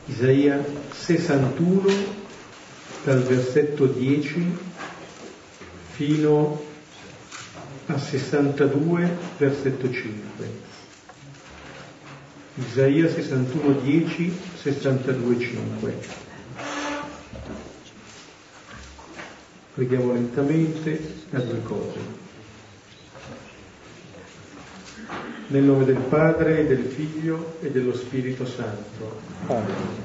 Isaia 61 dal versetto 10 fino a 62 versetto 5. Isaia 61, 10, 62, 5. Preghiamo lentamente a due cose. Nel nome del Padre, del Figlio e dello Spirito Santo. Amen.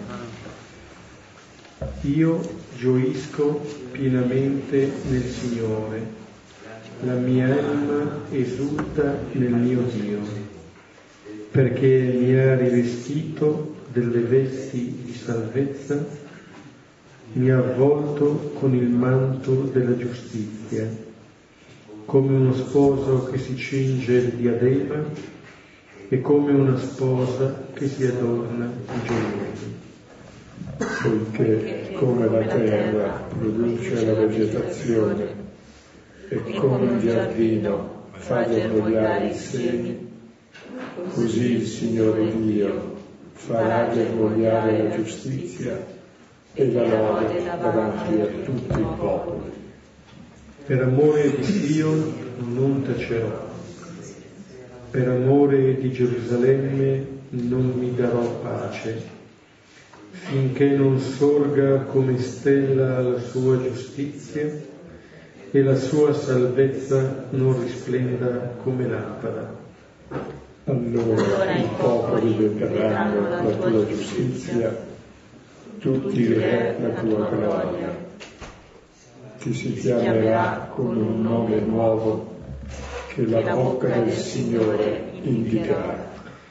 Io gioisco pienamente nel Signore, la mia anima esulta nel mio Dio, perché mi ha rivestito delle vesti di salvezza, mi ha avvolto con il manto della giustizia, come uno sposo che si cinge il diadema e come una sposa che si adorna di gioielli. Poiché come la terra produce la vegetazione e come un giardino fa germogliare i semi, così il Signore Dio farà germogliare la giustizia e la lode davanti a tutti i popoli. Per amore di Sion non tacerò, per amore di Gerusalemme non mi darò pace, finché non sorga come stella la sua giustizia e la sua salvezza non risplenda come lampada. Allora i popoli vedranno la tua giustizia, tutti i re la tua gloria. Ti si chiamerà con un nome nuovo che la bocca del Signore indicherà.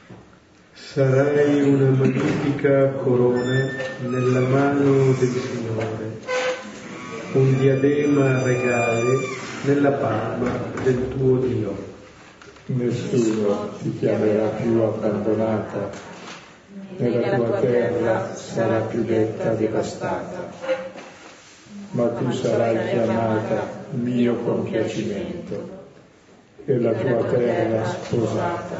Sarai una magnifica corona nella mano del Signore, un diadema regale nella palma del tuo Dio. Nessuno ti chiamerà più abbandonata, nella tua terra sarà più detta devastata, ma tu sarai chiamata mio compiacimento e la tua terra sposata,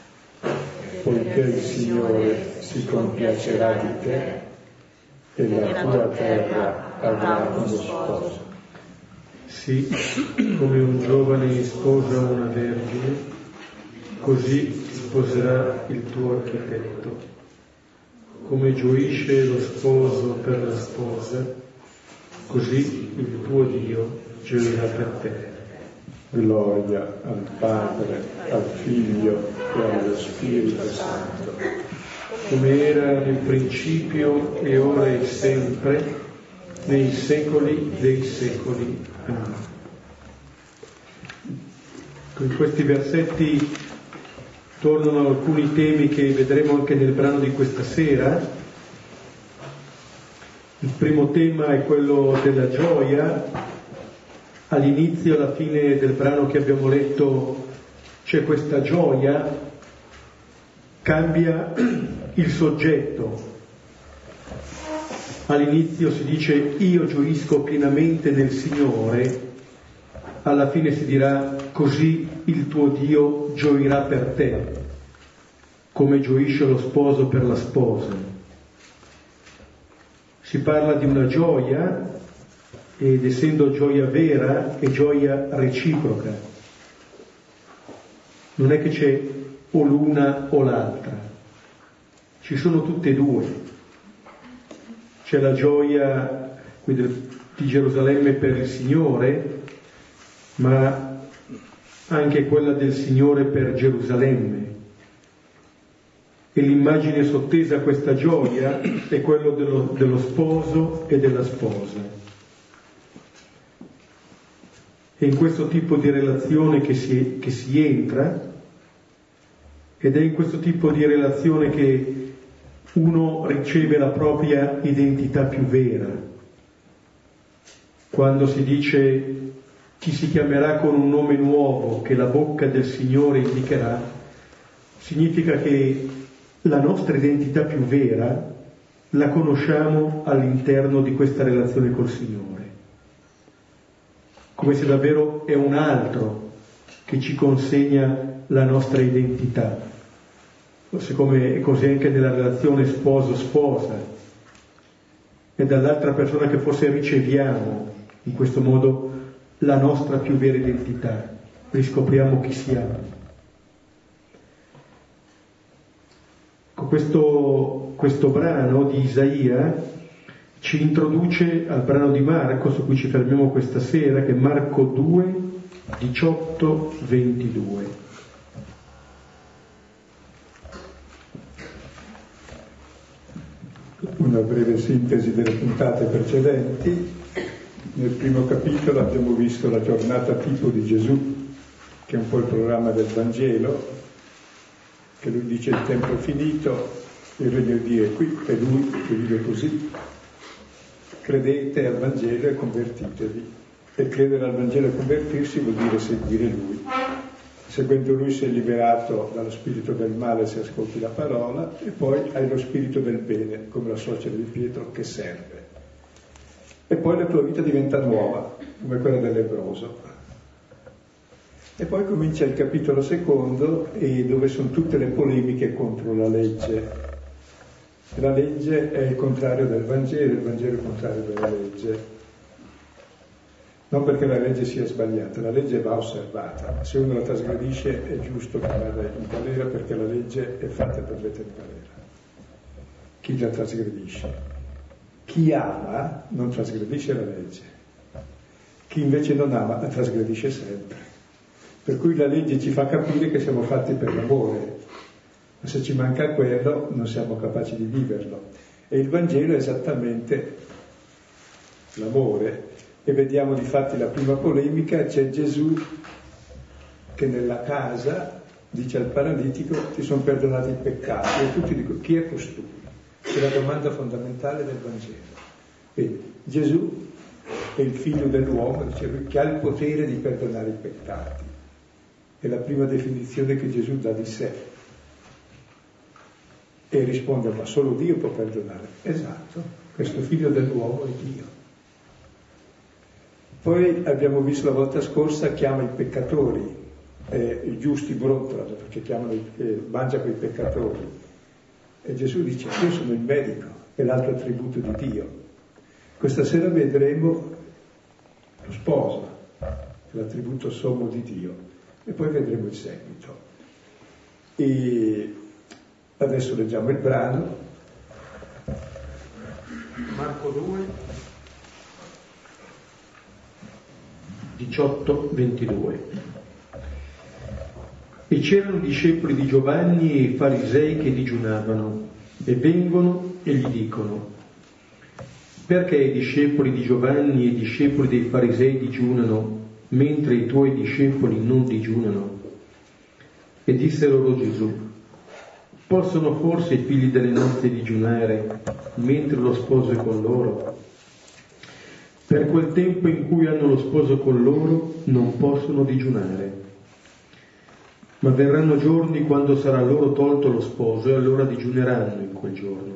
poiché il Signore si compiacerà di te e la tua terra avrà uno sposo. Sì, come un giovane sposa una vergine, così sposerà il tuo architetto. Come gioisce lo sposo per la sposa, così il tuo Dio gioirà per te. Gloria al Padre, al Figlio e allo Spirito Santo, come era nel principio e ora e sempre, nei secoli dei secoli. Amen. In questi versetti tornano alcuni temi che vedremo anche nel brano di questa sera. Il primo tema è quello della gioia. All'inizio e alla fine del brano che abbiamo letto c'è questa gioia, cambia il soggetto. All'inizio si dice io gioisco pienamente nel Signore, alla fine si dirà così il tuo Dio gioirà per te, come gioisce lo sposo per la sposa. Si parla di una gioia, ed essendo gioia vera è gioia reciproca. Non è che c'è o l'una o l'altra, ci sono tutte e due. C'è la gioia di Gerusalemme per il Signore, ma anche quella del Signore per Gerusalemme. E l'immagine sottesa a questa gioia è quello dello sposo e della sposa. È in questo tipo di relazione che si entra, ed è in questo tipo di relazione che uno riceve la propria identità più vera. Quando si dice chi si chiamerà con un nome nuovo che la bocca del Signore indicherà, significa che la nostra identità più vera la conosciamo all'interno di questa relazione col Signore. Come se davvero è un altro che ci consegna la nostra identità. siccome è così anche nella relazione sposo-sposa, e dall'altra persona che forse riceviamo in questo modo la nostra più vera identità, riscopriamo chi siamo. Questo brano di Isaia ci introduce al brano di Marco, su cui ci fermiamo questa sera, che è Marco 2, 18, 22. Una breve sintesi delle puntate precedenti. Nel primo capitolo abbiamo visto la giornata tipo di Gesù, che è un po' il programma del Vangelo, che lui dice il tempo è finito, il regno di Dio è qui, e lui che vive così. Credete al Vangelo e convertitevi. E credere al Vangelo e convertirsi vuol dire seguire lui. Seguendo lui sei liberato dallo spirito del male se ascolti la parola, e poi hai lo spirito del bene, come la suocera di Pietro, che serve. E poi la tua vita diventa nuova, come quella del lebbroso. E poi comincia il capitolo secondo, dove sono tutte le polemiche contro la legge. La legge è il contrario del Vangelo, il Vangelo è il contrario della legge. Non perché la legge sia sbagliata, la legge va osservata. Se uno la trasgredisce è giusto che vada in galera, perché la legge è fatta per mettere in galera. Chi la trasgredisce? Chi ama non trasgredisce la legge. Chi invece non ama la trasgredisce sempre. Per cui la legge ci fa capire che siamo fatti per l'amore, ma se ci manca quello non siamo capaci di viverlo. E il Vangelo è esattamente l'amore. E vediamo difatti la prima polemica, c'è Gesù che nella casa dice al paralitico ti sono perdonati i peccati, e tutti dicono chi è costui? È la domanda fondamentale del Vangelo. Quindi Gesù è il figlio dell'uomo, dice lui, che ha il potere di perdonare i peccati. È la prima definizione che Gesù dà di sé. E risponde, ma solo Dio può perdonare. Esatto, questo figlio dell'uomo è Dio. Poi abbiamo visto la volta scorsa, chiama i peccatori, i giusti brontolano perché mangia con i peccatori. E Gesù dice, io sono il medico, è l'altro attributo di Dio. Questa sera vedremo lo sposo, l'attributo sommo di Dio. E poi vedremo il seguito. E adesso leggiamo il brano. Marco 2, 18, 22. E c'erano discepoli di Giovanni e i farisei che digiunavano, e vengono e gli dicono: perché i discepoli di Giovanni e i discepoli dei farisei digiunano, mentre i tuoi discepoli non digiunano? E disse loro Gesù: possono forse i figli delle nozze digiunare mentre lo sposo è con loro? Per quel tempo in cui hanno lo sposo con loro non possono digiunare. Ma verranno giorni quando sarà loro tolto lo sposo, e allora digiuneranno in quel giorno.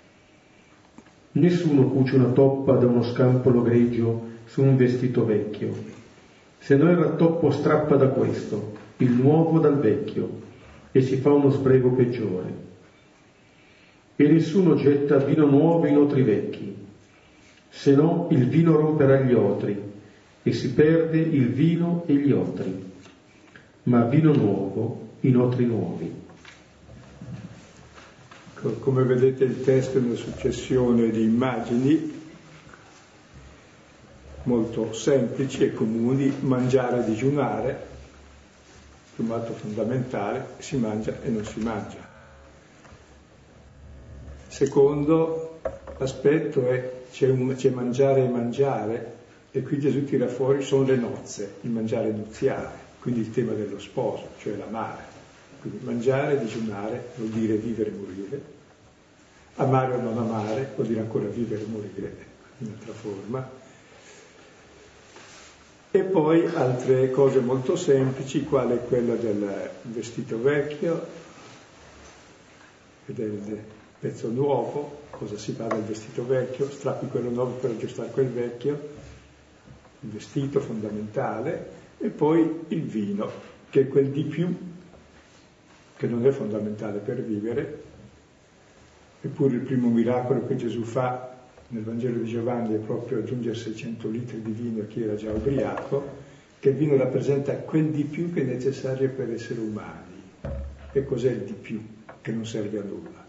Nessuno cuce una toppa da uno scampolo grigio su un vestito vecchio, se no il rattoppo strappa da questo, il nuovo dal vecchio, e si fa uno sbrego peggiore. E nessuno getta vino nuovo in otri vecchi, se no il vino romperà gli otri, e si perde il vino e gli otri. Ma vino nuovo in otri nuovi. Come vedete il testo è una successione di immagini molto semplici e comuni: mangiare e digiunare, un atto fondamentale, si mangia e non si mangia. Secondo aspetto c'è mangiare e mangiare, e qui Gesù tira fuori, sono le nozze, il mangiare nuziale, quindi il tema dello sposo, cioè l'amare. Quindi mangiare e digiunare vuol dire vivere e morire, amare o non amare vuol dire ancora vivere e morire in altra forma. E poi altre cose molto semplici, quale quella del vestito vecchio e del pezzo nuovo. Cosa si fa dal vestito vecchio? Strappi quello nuovo per aggiustare quel vecchio, il vestito fondamentale. E poi il vino, che è quel di più che non è fondamentale per vivere, eppure il primo miracolo che Gesù fa nel Vangelo di Giovanni è proprio aggiungere 600 litri di vino a chi era già ubriaco, che il vino rappresenta quel di più che è necessario per essere umani. E cos'è il di più che non serve a nulla?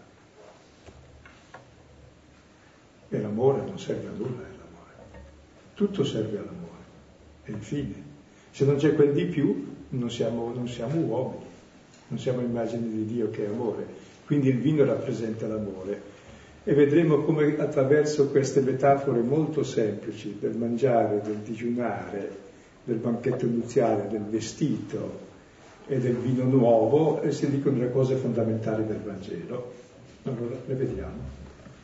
E l'amore non serve a nulla, è l'amore. Tutto serve all'amore. E infine, se non c'è quel di più, non siamo uomini, non siamo immagini di Dio che è amore. Quindi il vino rappresenta l'amore. E vedremo come attraverso queste metafore molto semplici del mangiare, del digiunare, del banchetto nuziale, del vestito e del vino nuovo, si dicono le cose fondamentali del Vangelo. Allora le vediamo.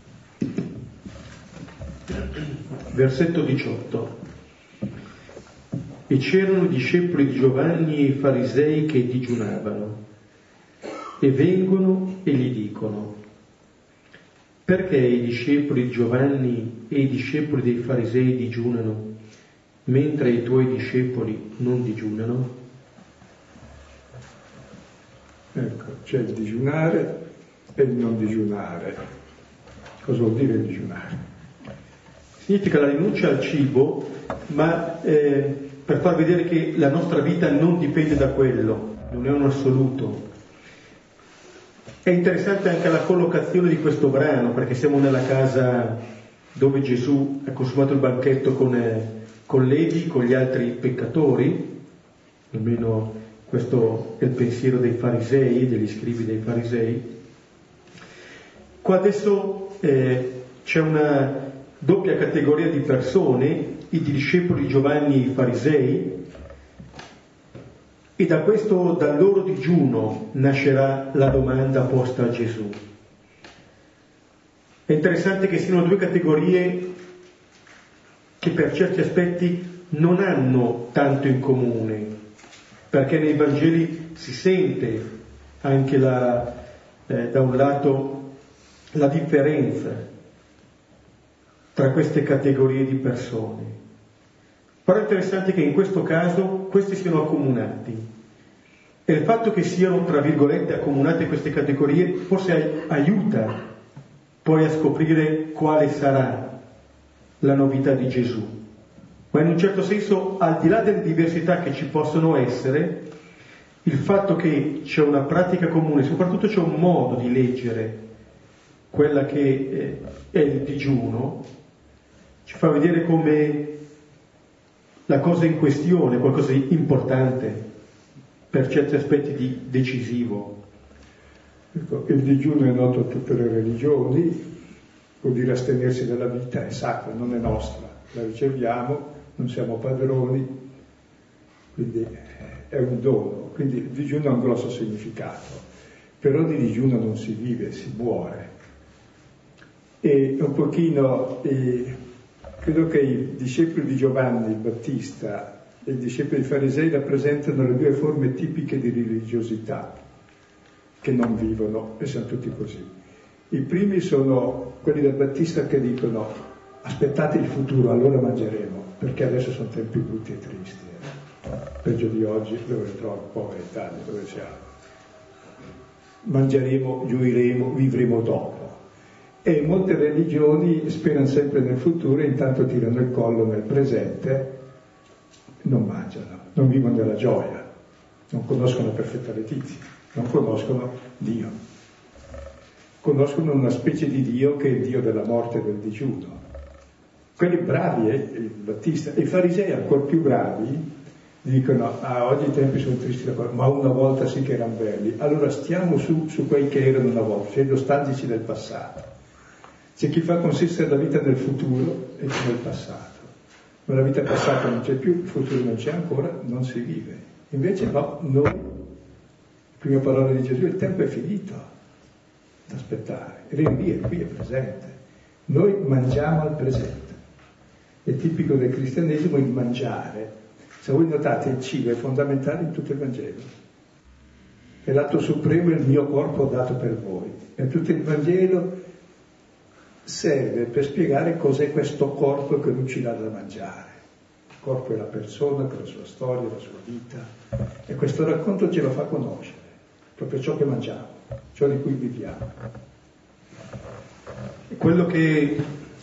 Versetto 18. E c'erano i discepoli di Giovanni e i farisei che digiunavano, e vengono e gli dicono: perché i discepoli di Giovanni e i discepoli dei farisei digiunano, mentre i tuoi discepoli non digiunano? Ecco, c'è il digiunare e il non digiunare. Cosa vuol dire digiunare? Significa la rinuncia al cibo, ma per far vedere che la nostra vita non dipende da quello, non è un assoluto. È interessante anche la collocazione di questo brano, perché siamo nella casa dove Gesù ha consumato il banchetto con Levi, con gli altri peccatori, almeno questo è il pensiero dei farisei, degli scribi dei farisei. Qua adesso c'è una doppia categoria di persone, i discepoli di Giovanni e i farisei, e dal loro digiuno nascerà la domanda posta a Gesù. È interessante che siano due categorie che per certi aspetti non hanno tanto in comune, perché nei Vangeli si sente anche da un lato la differenza tra queste categorie di persone. Però è interessante che in questo caso questi siano accomunati, e il fatto che siano, tra virgolette, accomunate queste categorie forse aiuta poi a scoprire quale sarà la novità di Gesù. Ma in un certo senso, al di là delle diversità che ci possono essere, il fatto che c'è una pratica comune, soprattutto c'è un modo di leggere quella che è il digiuno, ci fa vedere come la cosa in questione, qualcosa di importante, per certi aspetti di decisivo. Ecco, il digiuno è noto a tutte le religioni, vuol dire astenersi dalla vita, è sacra, non è nostra, la riceviamo, non siamo padroni, quindi è un dono. Quindi il digiuno ha un grosso significato, però di digiuno non si vive, si muore. E un pochino, credo che i discepoli di Giovanni il Battista e i discepoli dei farisei rappresentano le due forme tipiche di religiosità che non vivono, e sono tutti così. I primi sono quelli del Battista che dicono: aspettate il futuro, allora mangeremo, perché adesso sono tempi brutti e tristi. Peggio di oggi, dove trovo povera Italia, dove siamo. Mangeremo, gioiremo, vivremo dopo. E molte religioni sperano sempre nel futuro e intanto tirano il collo nel presente, non mangiano, non vivono della gioia, non conoscono la perfetta letizia, non conoscono Dio. Conoscono una specie di Dio che è il Dio della morte e del digiuno. Quelli bravi, il Battista, e i farisei ancora più bravi, dicono: oggi i tempi sono tristi, ma una volta sì che erano belli. Allora stiamo su quei che erano una volta, cioè nostalgici del passato. C'è chi fa consistere la vita nel futuro e chi nel passato. Ma la vita passata non c'è più, il futuro non c'è ancora, non si vive. Invece no, noi, prima parola di Gesù, il tempo è finito da aspettare, rinvia, qui è presente. Noi mangiamo al presente. È tipico del cristianesimo il mangiare. Se voi notate, il cibo è fondamentale in tutto il Vangelo. È l'atto supremo, il mio corpo dato per voi. E tutto il Vangelo serve per spiegare cos'è questo corpo che lui ci dà da mangiare. Il corpo è la persona con la sua storia, la sua vita, e questo racconto ce lo fa conoscere. proprio ciò che mangiamo, ciò di cui viviamo. Quello che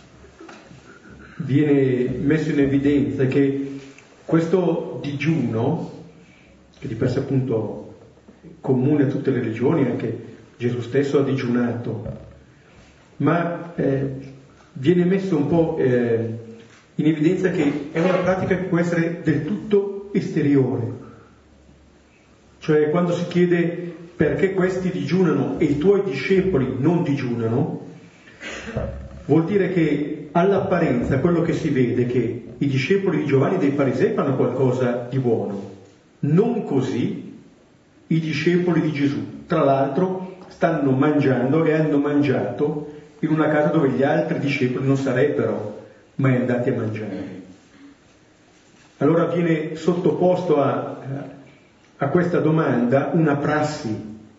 viene messo in evidenza è che questo digiuno, che di per sé appunto è comune a tutte le religioni, anche Gesù stesso ha digiunato, ma viene messo un po' in evidenza che è una pratica che può essere del tutto esteriore. Cioè quando si chiede perché questi digiunano e i tuoi discepoli non digiunano, vuol dire che all'apparenza quello che si vede è che i discepoli di Giovanni e dei farisei fanno qualcosa di buono. Non così i discepoli di Gesù. Tra l'altro stanno mangiando e hanno mangiato in una casa dove gli altri discepoli non sarebbero mai andati a mangiare. Allora viene sottoposto a questa domanda una prassi,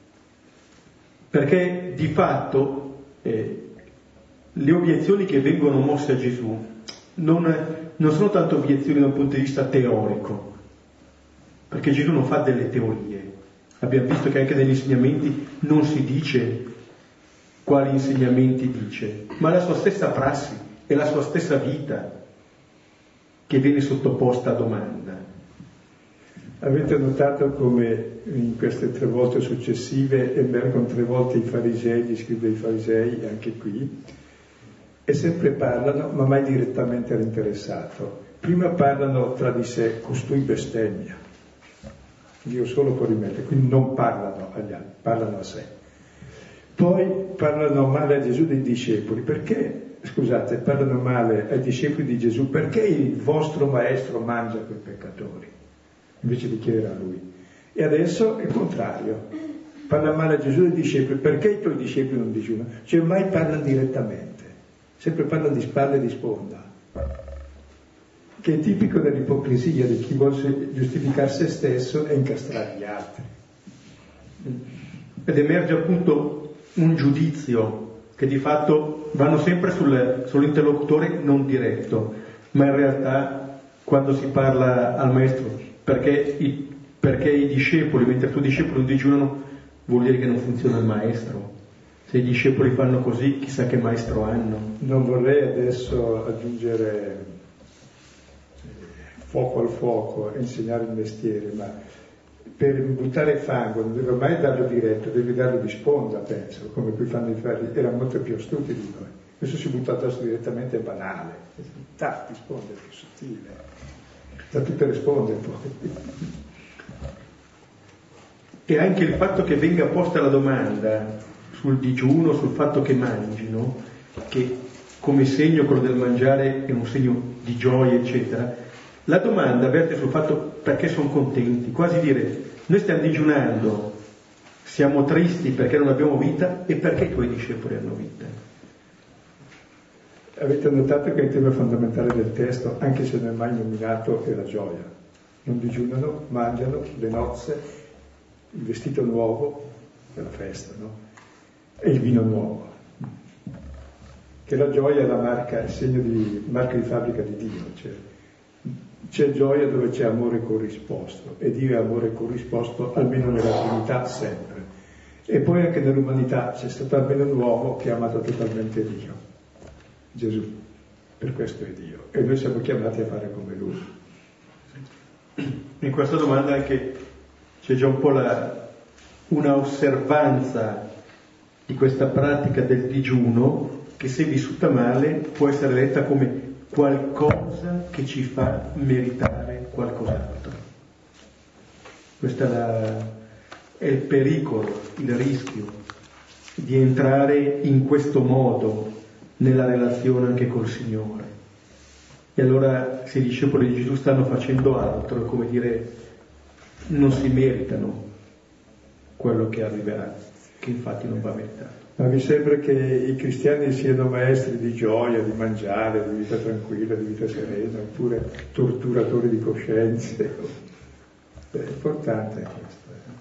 perché di fatto le obiezioni che vengono mosse a Gesù non sono tanto obiezioni da un punto di vista teorico, perché Gesù non fa delle teorie. Abbiamo visto che anche negli insegnamenti non si dice quali insegnamenti dice, ma la sua stessa prassi e la sua stessa vita che viene sottoposta a domanda. Avete notato come in queste 3 volte successive emergono 3 volte i farisei, gli scribi dei farisei, anche qui, e sempre parlano, ma mai direttamente all'interessato. Prima parlano tra di sé, costui bestemmia. Dio solo può rimettere, quindi non parlano agli altri, parlano a sé. Poi parlano male a Gesù dei discepoli, perché, scusate, parlano male ai discepoli di Gesù, perché il vostro maestro mangia con i peccatori, invece di chiedere a lui. E adesso è il contrario, parla male a Gesù dei discepoli, perché i tuoi discepoli non digiunano? Cioè mai parlano direttamente, sempre parlano di spalle e di sponda, che è tipico dell'ipocrisia di chi vuole giustificare se stesso e incastrare gli altri. Ed emerge appunto un giudizio che di fatto vanno sempre sull'interlocutore non diretto, ma in realtà quando si parla al maestro perché i discepoli, mentre i tuoi discepoli non digiunano, vuol dire che non funziona il maestro. Se i discepoli fanno così, chissà che maestro hanno. Non vorrei adesso aggiungere fuoco al fuoco e insegnare il mestiere, ma per buttare fango non devi mai darlo diretto, devi darlo di sponda, penso, come qui fanno i farisei, erano molto più astuti di noi. Questo si butta addosso direttamente è banale, di sponda è più sottile, da tutte le sponde poi. E anche il fatto che venga posta la domanda sul digiuno, sul fatto che mangino, che come segno quello del mangiare è un segno di gioia, eccetera, la domanda verte sul fatto perché sono contenti, quasi dire noi stiamo digiunando, siamo tristi perché non abbiamo vita e perché i tuoi discepoli hanno vita. Avete notato che il tema fondamentale del testo, anche se non è mai nominato, è la gioia. Non digiunano, mangiano, le nozze, il vestito nuovo, è la festa, no? E il vino nuovo. Che la gioia è la marca, il segno di marca di fabbrica di Dio, cioè c'è gioia dove c'è amore corrisposto, e Dio è amore corrisposto almeno nella Trinità sempre. E poi anche nell'umanità c'è stato almeno un uomo che ha amato totalmente Dio, Gesù, per questo è Dio, e noi siamo chiamati a fare come Lui. In questa domanda anche c'è già un po' una osservanza di questa pratica del digiuno che, se vissuta male, può essere letta come qualcosa che ci fa meritare qualcos'altro. Questo è il pericolo, il rischio di entrare in questo modo nella relazione anche col Signore. E allora se i discepoli di Gesù stanno facendo altro, è come dire non si meritano quello che arriverà, che infatti non va meritato. Ma mi sembra che i cristiani siano maestri di gioia, di mangiare, di vita tranquilla, di vita serena, oppure torturatori di coscienze. È importante questo.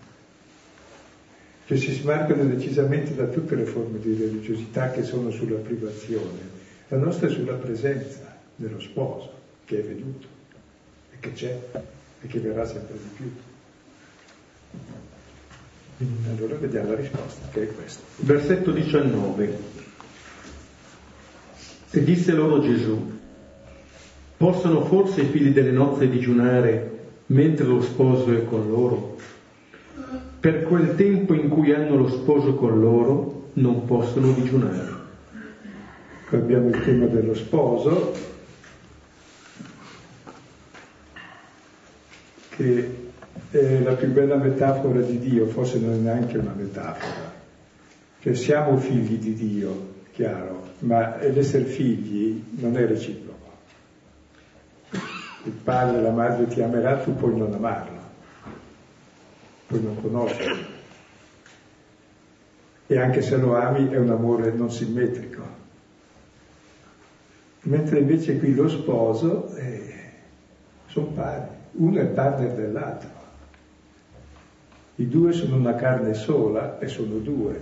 Cioè si smarcano decisamente da tutte le forme di religiosità che sono sulla privazione. La nostra è sulla presenza dello sposo, che è venuto, e che c'è, e che verrà sempre di più. Allora vediamo la risposta, che è questa. Versetto 19. E disse loro Gesù: possono forse i figli delle nozze digiunare mentre lo sposo è con loro? Per quel tempo in cui hanno lo sposo con loro non possono digiunare. Qui abbiamo il tema dello sposo, che è la più bella metafora di Dio, forse non è neanche una metafora. Cioè siamo figli di Dio, chiaro, ma l'essere figli non è reciproco. Il padre e la madre ti amerà, tu puoi non amarlo, puoi non conoscerlo. E anche se lo ami è un amore non simmetrico. Mentre invece qui lo sposo sono pari, uno è il partner dell'altro. I due sono una carne sola e sono due.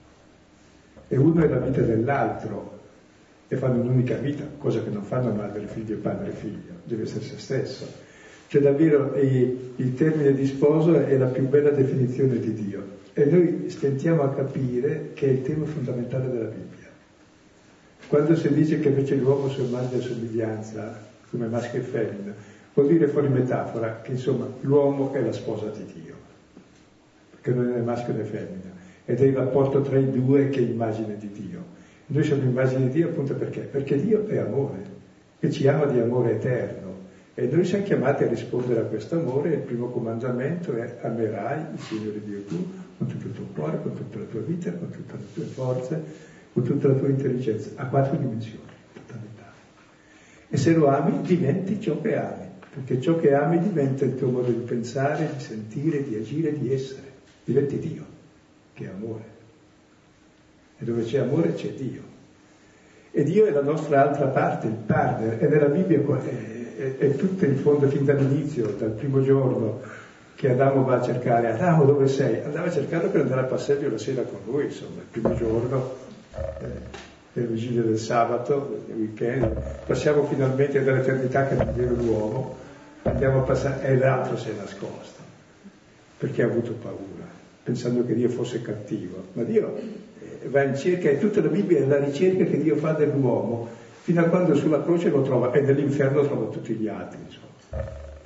E uno è la vita dell'altro e fanno un'unica vita, cosa che non fanno madre e figlio e padre e figlio, deve essere se stesso. Cioè davvero il termine di sposo è la più bella definizione di Dio e noi stentiamo a capire che è il tema fondamentale della Bibbia. Quando si dice che fece l'uomo su immagine e somiglianza, come maschio e femmina, vuol dire fuori metafora che insomma l'uomo è la sposa di Dio, perché non è né maschio né femmina, ed è il rapporto tra i due che è immagine di Dio. Noi siamo immagine di Dio appunto perché Dio è amore e ci ama di amore eterno e noi siamo chiamati a rispondere a questo amore. Il primo comandamento è: amerai il Signore Dio tu con tutto il tuo cuore, con tutta la tua vita, con tutte le tue forze, con tutta la tua intelligenza, a 4 dimensioni fondamentali. E se lo ami diventi ciò che ami, perché ciò che ami diventa il tuo modo di pensare, di sentire, di agire, di essere, diventi Dio, che è amore. E dove c'è amore c'è Dio. E Dio è la nostra altra parte, il partner, e nella Bibbia è tutto in fondo, fin dall'inizio, dal primo giorno che Adamo va a cercare. Adamo, dove sei? Andava a cercarlo per andare a passeggio la sera con lui, insomma, il primo giorno, nel vigilia del sabato, nel weekend. Passiamo finalmente dall'eternità che non vive l'uomo, andiamo a passare, e l'altro si è nascosto, perché ha avuto paura, pensando che Dio fosse cattivo. Ma Dio va in cerca, e tutta la Bibbia è la ricerca che Dio fa dell'uomo, fino a quando sulla croce lo trova, e nell'inferno trova tutti gli altri, insomma.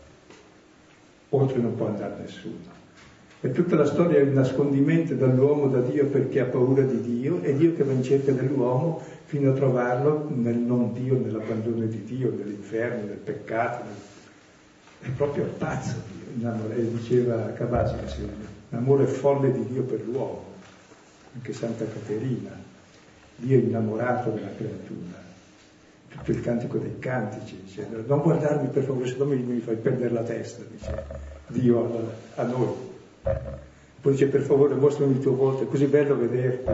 Oltre non può andare nessuno. E tutta la storia è un nascondimento dall'uomo da Dio perché ha paura di Dio, e Dio che va in cerca dell'uomo fino a trovarlo nel non Dio, nell'abbandono di Dio, nell'inferno, nel peccato. È proprio pazzo Dio, diceva Cabasi, l'amore folle di Dio per l'uomo. Anche Santa Caterina, Dio è innamorato della creatura. Tutto il cantico dei cantici, dice: non guardarmi per favore, se no mi fai perdere la testa, dice Dio a noi. Poi dice: per favore mostrami il tuo volto, è così bello vederti.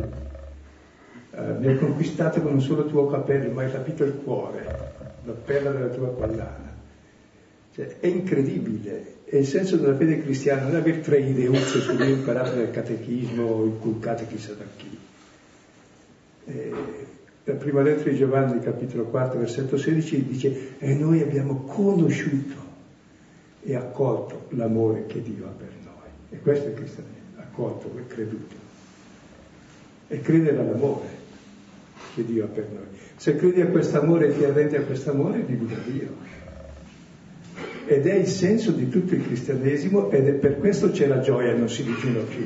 Mi hai conquistato con un solo tuo capello, ma hai rapito il cuore, la perla della tua collana. Cioè, è incredibile. E il senso della fede cristiana non è avere 3 ideucce su Dio imparate dal catechismo o inculcate chissà da chi. La prima lettera di Giovanni, capitolo 4, versetto 16, dice: e noi abbiamo conosciuto e accolto l'amore che Dio ha per noi. E questo è il cristianesimo, accolto e creduto. E credere all'amore che Dio ha per noi. Se credi a quest'amore e ti arrendi a quest'amore, vivi da Dio. Ed è il senso di tutto il cristianesimo, ed è per questo c'è la gioia, non si digiuna più.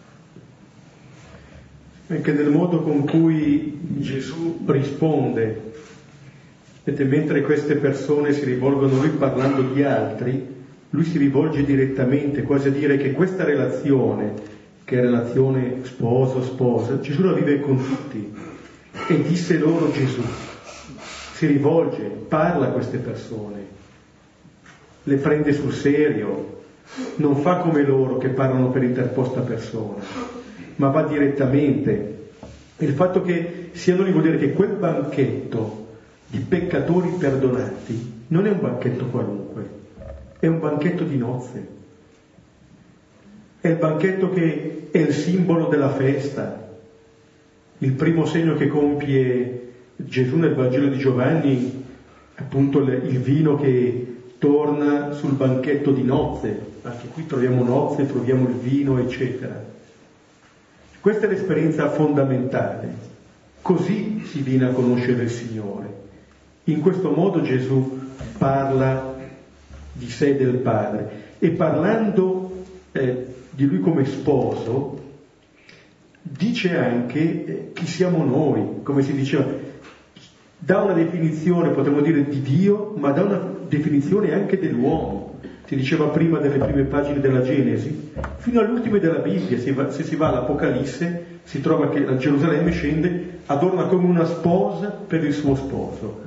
Anche nel modo con cui Gesù risponde, mentre queste persone si rivolgono a lui parlando di altri, lui si rivolge direttamente, quasi a dire che questa relazione, che è relazione sposo-sposa, Gesù la vive con tutti. E disse loro Gesù, si rivolge, parla a queste persone, le prende sul serio, non fa come loro che parlano per interposta persona, ma va direttamente. Il fatto che siano lì vuol dire che quel banchetto di peccatori perdonati non è un banchetto qualunque, è un banchetto di nozze, è il banchetto che è il simbolo della festa, il primo segno che compie Gesù nel Vangelo di Giovanni, appunto il vino che torna sul banchetto di nozze. Anche qui troviamo nozze, troviamo il vino, eccetera. Questa è l'esperienza fondamentale. Così si viene a conoscere il Signore. In questo modo Gesù parla di sé e del Padre, e parlando di Lui come sposo, dice anche chi siamo noi, come si diceva, dà una definizione, potremmo dire, di Dio, ma dà una definizione anche dell'uomo. Si diceva prima delle prime pagine della Genesi, fino alle ultime della Bibbia. Se si va all'Apocalisse, si trova che a Gerusalemme scende, adorna come una sposa per il suo sposo.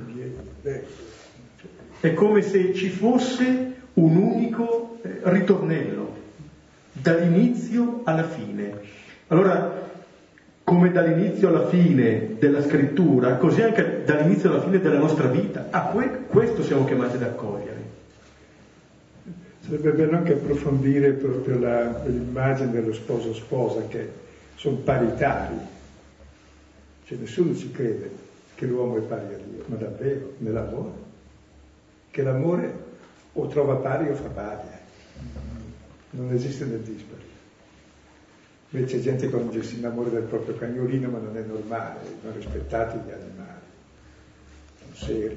È come se ci fosse un unico ritornello, dall'inizio alla fine. Allora, come dall'inizio alla fine della scrittura, così anche dall'inizio alla fine della nostra vita. Questo siamo chiamati ad accogliere. Sarebbe bello anche approfondire proprio l'immagine dello sposo-sposa, che sono paritari. Cioè nessuno ci crede che l'uomo è pari a Dio, ma davvero, nell'amore. Che l'amore o trova pari o fa pari. Non esiste nel dispari. Invece c'è gente che si innamora del proprio cagnolino, ma non è normale, non rispettati gli animali. Sono seri.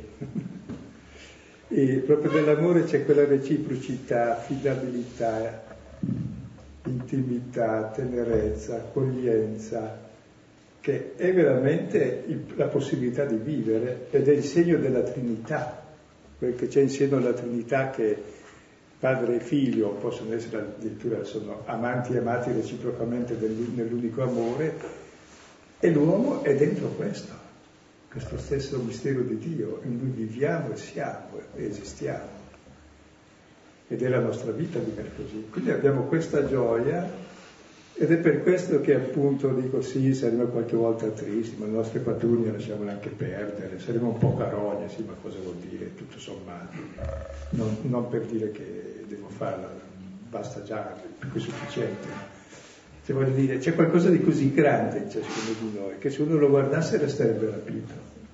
E proprio nell'amore c'è quella reciprocità, affidabilità, intimità, tenerezza, accoglienza, che è veramente la possibilità di vivere, ed è il segno della Trinità, perché c'è in seno la Trinità che padre e figlio possono essere addirittura, sono amanti e amati reciprocamente nell'unico amore, e l'uomo è dentro questo stesso mistero di Dio, in cui viviamo e siamo e esistiamo, ed è la nostra vita vivere così. Quindi abbiamo questa gioia, ed è per questo che appunto dico sì, saremo qualche volta tristi, ma le nostre patruglie lasciamole anche perdere, saremo un po' carogne, sì, ma cosa vuol dire tutto sommato? Non per dire che devo farla, basta già, più che sufficiente. Cioè, voglio dire, c'è qualcosa di così grande in ciascuno di noi che se uno lo guardasse resterebbe rapito.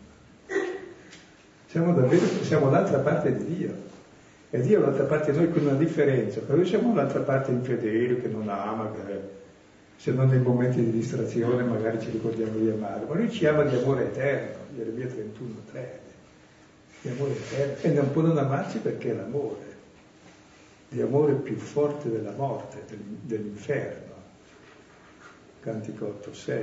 Siamo l'altra parte di Dio, e Dio è l'altra parte di noi, con una differenza, però noi siamo l'altra parte infedele che non ama, che se non nei momenti di distrazione magari ci ricordiamo di amare, ma Lui ci ama di amore eterno, Geremia 31:3, di amore eterno, e non può non amarci perché è l'amore, di amore più forte della morte, dell'inferno. Cantico 8:6,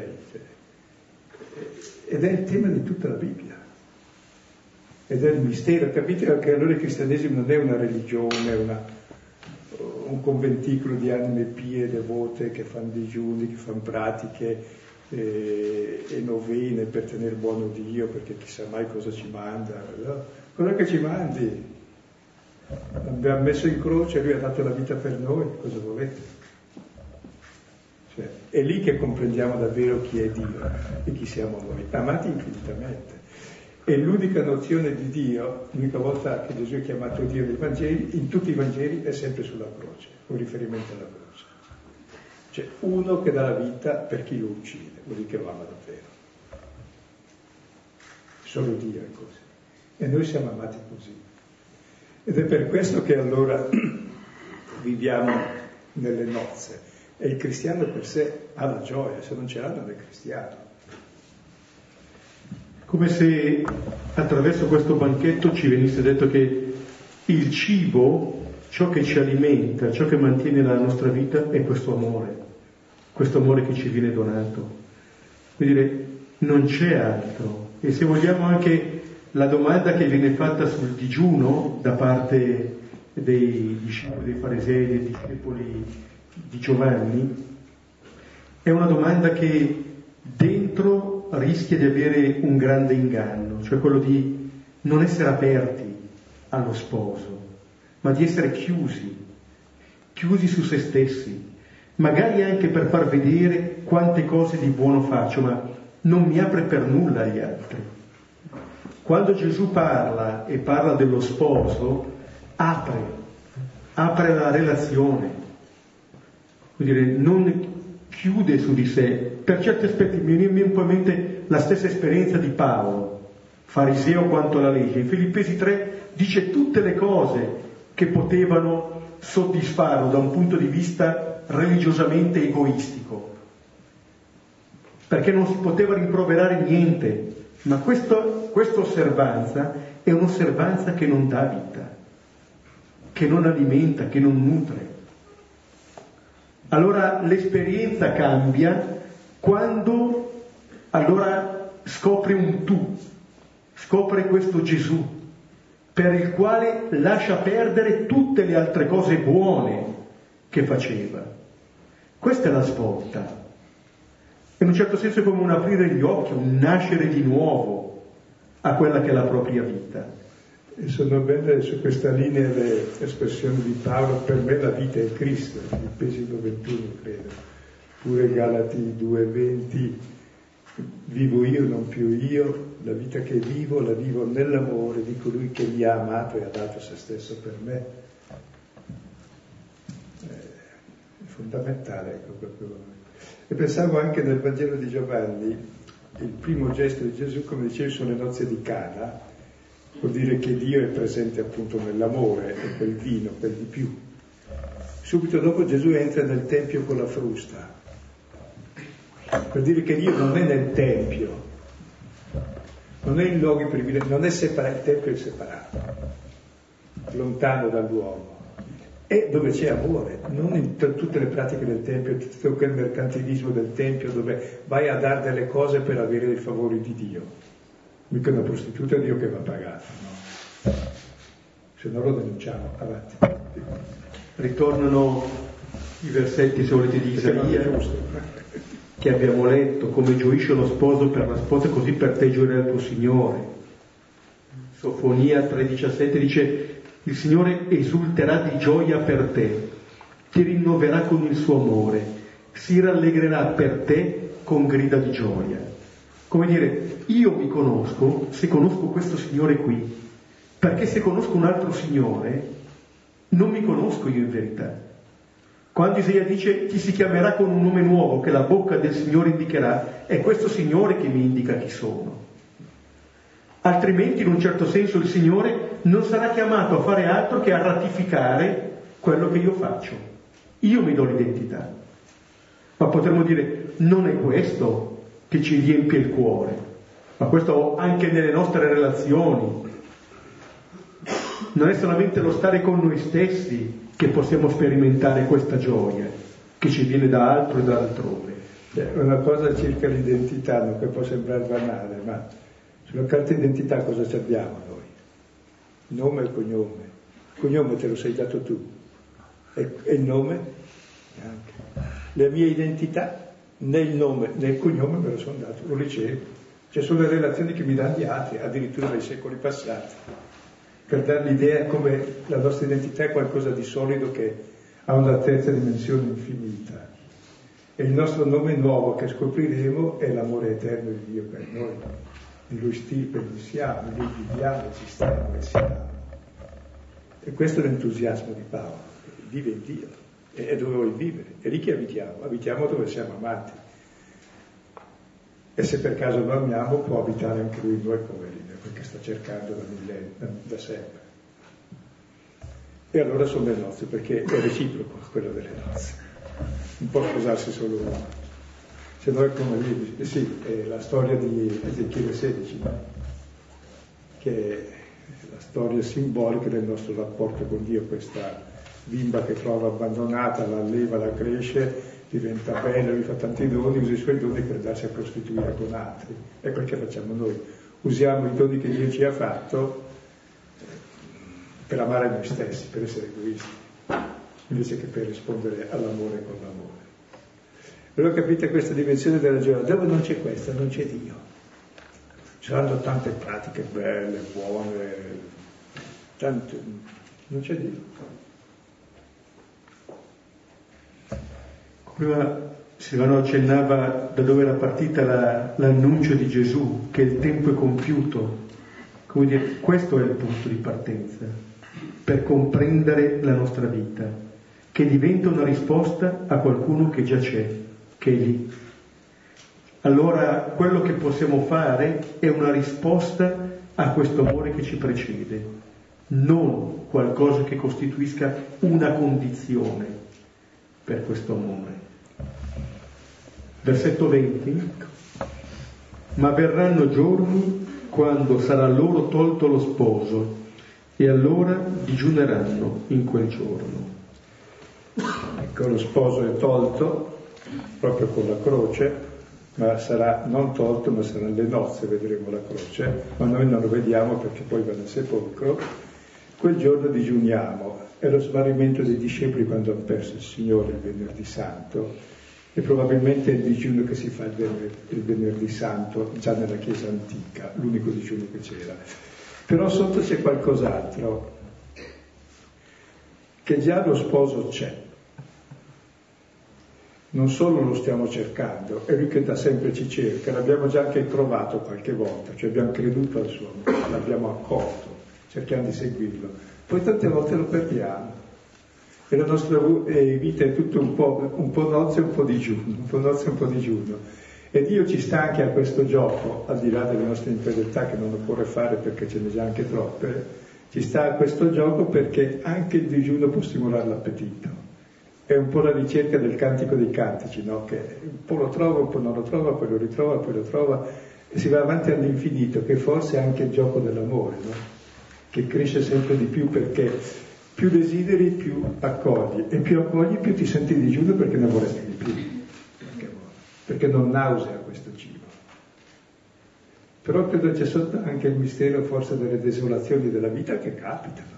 ed è il tema di tutta la Bibbia, ed è il mistero. Capite che allora il cristianesimo non è una religione, un conventicolo di anime pie, devote, che fanno digiuni, che fanno pratiche e novene per tenere buono Dio, perché chissà mai cosa ci manda, no? Quello che ci mandi, abbiamo messo in croce, Lui ha dato la vita per noi, cosa volete? È lì che comprendiamo davvero chi è Dio e chi siamo noi, amati infinitamente. E l'unica nozione di Dio, l'unica volta che Gesù è chiamato Dio nei Vangeli, in tutti i Vangeli è sempre sulla croce, con riferimento alla croce. Cioè uno che dà la vita per chi lo uccide, vuol dire che lo ama davvero. Solo Dio è così. E noi siamo amati così. Ed è per questo che allora viviamo nelle nozze. E il cristiano per sé ha la gioia, se non ce l'ha non è cristiano. Come se attraverso questo banchetto ci venisse detto che il cibo, ciò che ci alimenta, ciò che mantiene la nostra vita è questo amore che ci viene donato. Vuol dire, non c'è altro. E se vogliamo anche la domanda che viene fatta sul digiuno da parte dei discepoli dei farisei, dei discepoli di Giovanni, è una domanda che dentro rischia di avere un grande inganno, cioè quello di non essere aperti allo sposo, ma di essere chiusi su se stessi, magari anche per far vedere quante cose di buono faccio, ma non mi apre per nulla agli altri. Quando Gesù parla dello sposo, apre la relazione. Vuol dire, non chiude su di sé. Per certi aspetti mi viene un po' in mente la stessa esperienza di Paolo, fariseo quanto la legge. In Filippesi 3 dice tutte le cose che potevano soddisfarlo da un punto di vista religiosamente egoistico. perché non si poteva rimproverare niente, ma questa osservanza è un'osservanza che non dà vita, che non alimenta, che non nutre. Allora l'esperienza cambia quando allora scopre un tu, scopre questo Gesù, per il quale lascia perdere tutte le altre cose buone che faceva. Questa è la svolta. In un certo senso è come un aprire gli occhi, un nascere di nuovo a quella che è la propria vita. E sono belle su questa linea le espressioni di Paolo: per me la vita è Cristo, Filippesi 2,21 credo, pure Galati 2,20, vivo io, non più io, la vita che vivo la vivo nell'amore di colui che mi ha amato e ha dato se stesso per me. È fondamentale, ecco, proprio. E pensavo anche nel Vangelo di Giovanni, il primo gesto di Gesù, come dicevi, sono le nozze di Cana, vuol dire che Dio è presente appunto nell'amore, e quel vino, quel di più. Subito dopo Gesù entra nel Tempio con la frusta, per dire che Dio non è nel Tempio, non è in luoghi privilegiati, non è separato, il Tempio è separato, lontano dall'uomo. E dove c'è amore, non in tutte le pratiche del Tempio, tutto quel mercantilismo del Tempio dove vai a dare delle cose per avere i favori di Dio. Mica una prostituta è Dio che va pagato, no? Se no lo denunciamo, avanti. Ritornano i versetti soliti di Isaia che abbiamo letto: come gioisce lo sposo per la sposa, così per te gioirà il tuo Signore. Sofonia 3,17 dice: il Signore esulterà di gioia per te, ti rinnoverà con il suo amore, si rallegrerà per te con grida di gioia. Come dire, io mi conosco se conosco questo Signore qui, perché se conosco un altro Signore non mi conosco io in verità. Quando Isaia dice chi si chiamerà con un nome nuovo che la bocca del Signore indicherà, è questo Signore che mi indica chi sono. Altrimenti, in un certo senso, il Signore non sarà chiamato a fare altro che a ratificare quello che io faccio. Io mi do l'identità. Ma potremmo dire, non è questo che ci riempie il cuore, ma questo anche nelle nostre relazioni. Non è solamente lo stare con noi stessi che possiamo sperimentare questa gioia, che ci viene da altro e da altrove. Una cosa circa l'identità, che può sembrare banale, ma sulla carta d'identità cosa ci abbiamo noi? Nome e cognome. Il cognome te lo sei dato tu. E il nome? Anche. La mia identità, né il nome né il cognome me lo sono dato, lo ricevo. C'è solo le relazioni che mi danno gli altri, addirittura dai secoli passati, per dare l'idea come la nostra identità è qualcosa di solido che ha una terza dimensione infinita. E il nostro nome nuovo che scopriremo è l'amore eterno di Dio per noi. Di lui stirpe noi siamo, di lui viviamo, esistiamo e siamo. E questo è l'entusiasmo di Paolo, vive in Dio, e dove vuoi vivere, e lì che abitiamo? Abitiamo dove siamo amati. E se per caso lo amiamo può abitare anche lui in noi, poverino, perché sta cercando da sempre. E allora sono le nozze, perché è reciproco quello delle nozze. Non può sposarsi solo uno. Se no è come lì, sì, è la storia di Ezechiele 16, no? Che è la storia simbolica del nostro rapporto con Dio, questa bimba che trova abbandonata, la alleva, la cresce, diventa bella, lui fa tanti doni, usa i suoi doni per darsi a prostituire con altri. È quel che facciamo noi, usiamo i doni che Dio ci ha fatto per amare noi stessi, per essere egoisti, invece che per rispondere all'amore con l'amore. Allora capite questa dimensione della gioia, dove non c'è questa, non c'è Dio. Ci saranno tante pratiche belle, buone, tante, non c'è Dio. Prima Silvano accennava da dove era partita l'annuncio di Gesù, che il tempo è compiuto. Come dire, questo è il punto di partenza per comprendere la nostra vita, che diventa una risposta a qualcuno che già c'è, che è lì. Allora quello che possiamo fare è una risposta a questo amore che ci precede, non qualcosa che costituisca una condizione per questo amore. Versetto 20. Ma verranno giorni quando sarà loro tolto lo sposo, e allora digiuneranno in quel giorno. Ecco, lo sposo è tolto proprio con la croce, ma sarà non tolto, ma saranno le nozze, vedremo la croce, ma noi non lo vediamo perché poi va nel sepolcro. Quel giorno digiuniamo, è lo smarrimento dei discepoli quando hanno perso il Signore il venerdì santo, e probabilmente è il digiuno che si fa il venerdì santo già nella Chiesa antica, l'unico digiuno che c'era. Però sotto c'è qualcos'altro, che già lo sposo c'è. Non solo lo stiamo cercando, è lui che da sempre ci cerca, l'abbiamo già anche trovato qualche volta, cioè abbiamo creduto al suo amore, l'abbiamo accolto, cerchiamo di seguirlo. Poi tante volte lo perdiamo. E la nostra vita è tutto un po' nozze e un po' digiuno, un po' nozze e un po' digiuno. E Dio ci sta anche a questo gioco, al di là delle nostre infedeltà che non occorre fare perché ce ne già anche troppe, ci sta a questo gioco perché anche il digiuno può stimolare l'appetito. È un po' la ricerca del cantico dei cantici, no? Che un po' lo trova, un po' non lo trova, poi lo ritrova, poi lo trova, e si va avanti all'infinito, che forse è anche il gioco dell'amore, no? Che cresce sempre di più perché più desideri, più accogli, e più accogli, più ti senti digiuno perché ne vorresti di più, perché non nausea questo cibo. Però credo c'è sotto anche il mistero forse delle desolazioni della vita che capitano.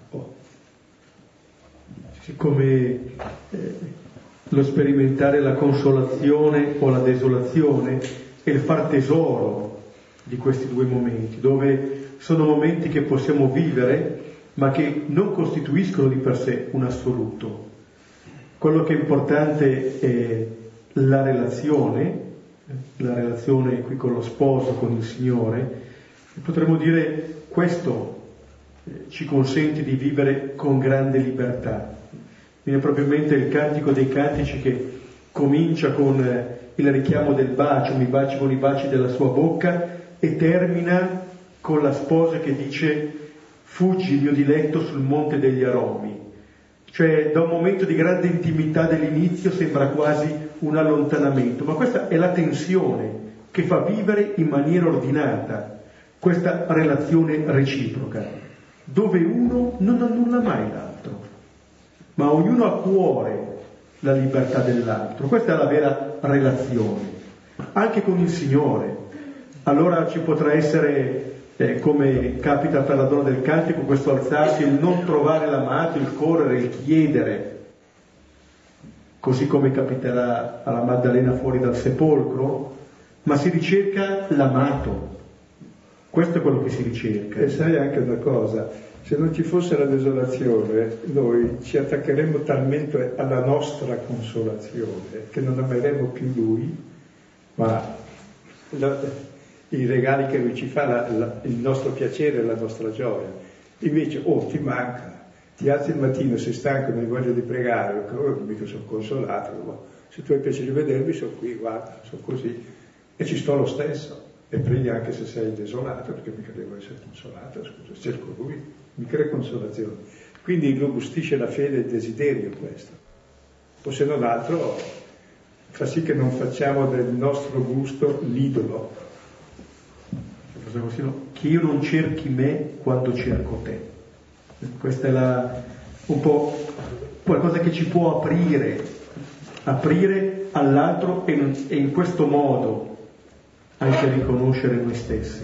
Come lo sperimentare la consolazione o la desolazione e il far tesoro di questi due momenti, dove sono momenti che possiamo vivere ma che non costituiscono di per sé un assoluto. Quello che è importante è la relazione qui con lo sposo, con il Signore. Potremmo dire questo ci consente di vivere con grande libertà. Viene proprio in mente il Cantico dei Cantici che comincia con il richiamo del bacio, mi baci con i baci della sua bocca, e termina con la sposa che dice fuggi mio diletto sul monte degli aromi. Cioè da un momento di grande intimità dell'inizio sembra quasi un allontanamento, ma questa è la tensione che fa vivere in maniera ordinata questa relazione reciproca, dove uno non annulla mai l'altro, ma ognuno ha a cuore la libertà dell'altro. Questa è la vera relazione, anche con il Signore. Allora ci potrà essere, come capita per la donna del cantico, questo alzarsi, il non trovare l'amato, il correre, il chiedere, così come capiterà alla Maddalena fuori dal sepolcro, ma si ricerca l'amato. Questo è quello che si ricerca. E sai anche una cosa, se non ci fosse la desolazione, noi ci attaccheremmo talmente alla nostra consolazione che non ameremo più Lui, ma i regali che Lui ci fa, il nostro piacere, la nostra gioia. Invece, ti manca, ti alzi il mattino, sei stanco, non hai voglia di pregare, mica sono consolato, se tu hai piacere di vedermi, sono qui, guarda, sono così, e ci sto lo stesso. E preghi anche se sei desolato, perché mica devo essere consolato, scusa, cerco Lui, mi crea consolazione. Quindi robustisce la fede e il desiderio questo. O se non altro fa sì che non facciamo del nostro gusto l'idolo. Che io non cerchi me quando cerco te. Questa è un po' qualcosa che ci può aprire all'altro e in questo modo anche riconoscere noi stessi.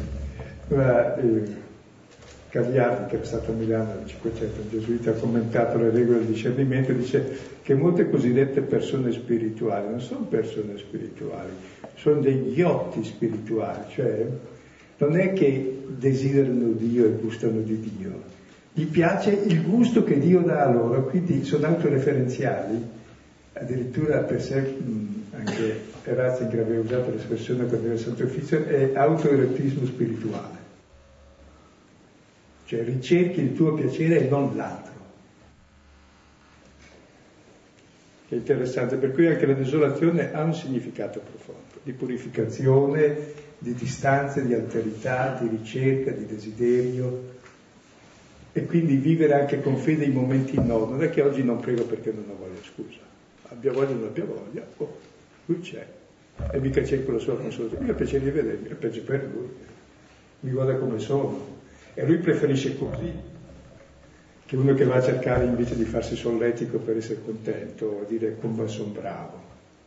Gagliardi, che è stato a Milano nel 500, un gesuita, ha commentato le regole del discernimento, dice che molte cosiddette persone spirituali non sono persone spirituali, sono dei ghiotti spirituali, cioè non è che desiderano Dio e gustano di Dio, gli piace il gusto che Dio dà a loro, quindi sono autoreferenziali. Addirittura per sé anche Ratzinger aveva usato l'espressione quando era il Santo Uffizio, è autoerotismo spirituale, cioè ricerchi il tuo piacere e non l'altro. È interessante, per cui anche la desolazione ha un significato profondo, di purificazione, di distanza, di alterità, di ricerca, di desiderio, e quindi vivere anche con fede i momenti no. Non è che oggi non prego perché non ho voglia, scusa, abbia voglia o non abbia voglia, Lui c'è, e mica cerco la sua consolazione. Io ho piacere di vedermi, è peggio per lui, mi guarda come sono. E lui preferisce così, che uno che va a cercare invece di farsi solletico per essere contento, dire come sono bravo.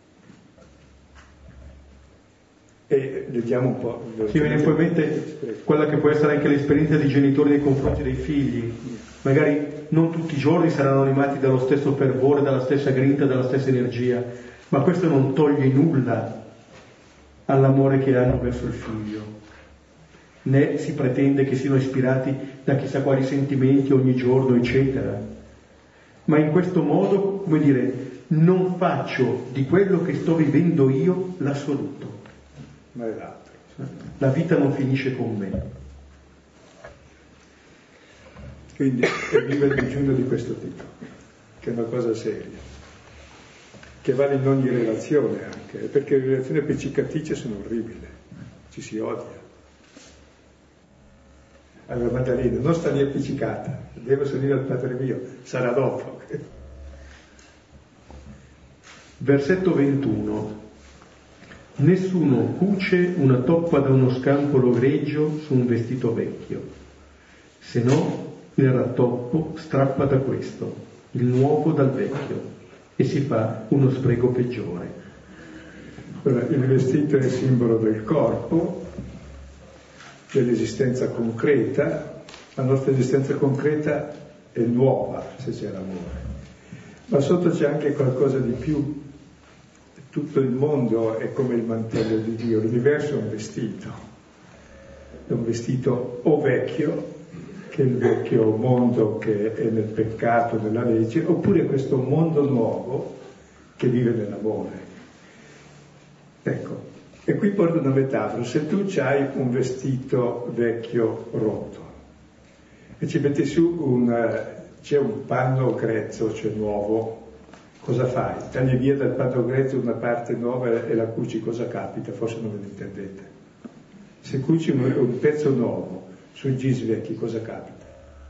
E vediamo un po'. Sì, viene poi in mente quella che può essere anche l'esperienza dei genitori nei confronti dei figli. Magari non tutti i giorni saranno animati dallo stesso fervore, dalla stessa grinta, dalla stessa energia, ma questo non toglie nulla all'amore che hanno verso il figlio, né si pretende che siano ispirati da chissà quali sentimenti ogni giorno, eccetera. Ma in questo modo, come dire, non faccio di quello che sto vivendo io l'assoluto. Ma è l'altro. La vita non finisce con me. Quindi vivere il digiuno di questo tipo, che è una cosa seria, che vale in ogni relazione anche, perché le relazioni appiccicaticce sono orribili, ci si odia. Allora Maddalena, non sta lì appiccicata, devo salire al Padre mio, sarà dopo. Versetto 21. Nessuno cuce una toppa da uno scampolo greggio su un vestito vecchio, se no il rattoppo strappa da questo, il nuovo dal vecchio, e si fa uno spreco peggiore. Allora, il vestito è il simbolo del corpo, dell'esistenza concreta. La nostra esistenza concreta è nuova se c'è l'amore, ma sotto c'è anche qualcosa di più. Tutto il mondo è come il mantello di Dio, l'universo è un vestito o vecchio, che è il vecchio mondo che è nel peccato, nella legge, oppure questo mondo nuovo che vive nell'amore. Ecco, e qui porto una metafora: se tu hai un vestito vecchio rotto e ci metti su c'è un panno grezzo, cioè nuovo, cosa fai? Tagli via dal panno grezzo una parte nuova e la cuci, cosa capita? Forse non ve ne intendete. Se cuci un pezzo nuovo sui jeans vecchi, cosa capita?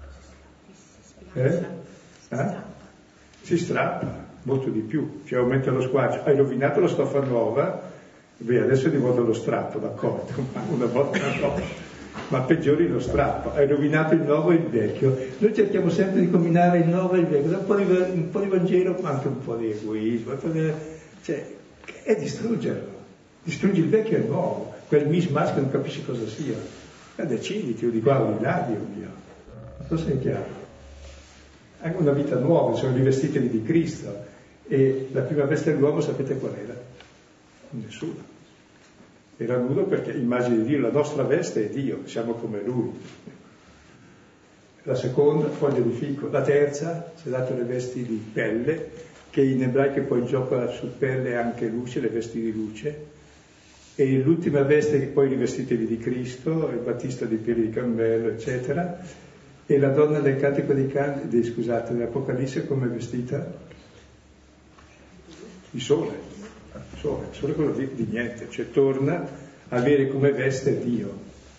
Si strappa molto di più, cioè aumenta lo squarcio. Hai rovinato la stoffa nuova, adesso è di moda lo strappo, d'accordo, ma una volta no. Ma peggiori lo strappo, hai rovinato il nuovo e il vecchio. Noi cerchiamo sempre di combinare il nuovo e il vecchio, un po' di Vangelo, ma anche un po' di egoismo, è distruggerlo. Distruggi il vecchio e il nuovo, quel mismatch che non capisci cosa sia. Deciditi, o di qua o di là, Dio mio. Non so se è chiaro. Anche una vita nuova, sono rivestiti di Cristo. E la prima veste dell'uomo sapete qual era? Nessuna. Era nudo perché immagine di Dio, la nostra veste è Dio, siamo come Lui. La seconda, foglia di fico. La terza, si è dato le vesti di pelle, che in ebraico poi gioca su pelle anche luce, le vesti di luce. E l'ultima veste che poi rivestitevi di Cristo, il battista di piedi di cammello, eccetera. E la donna del cantico dell'Apocalisse come è vestita? Di sole. Solo quello di niente, cioè torna a avere come veste Dio.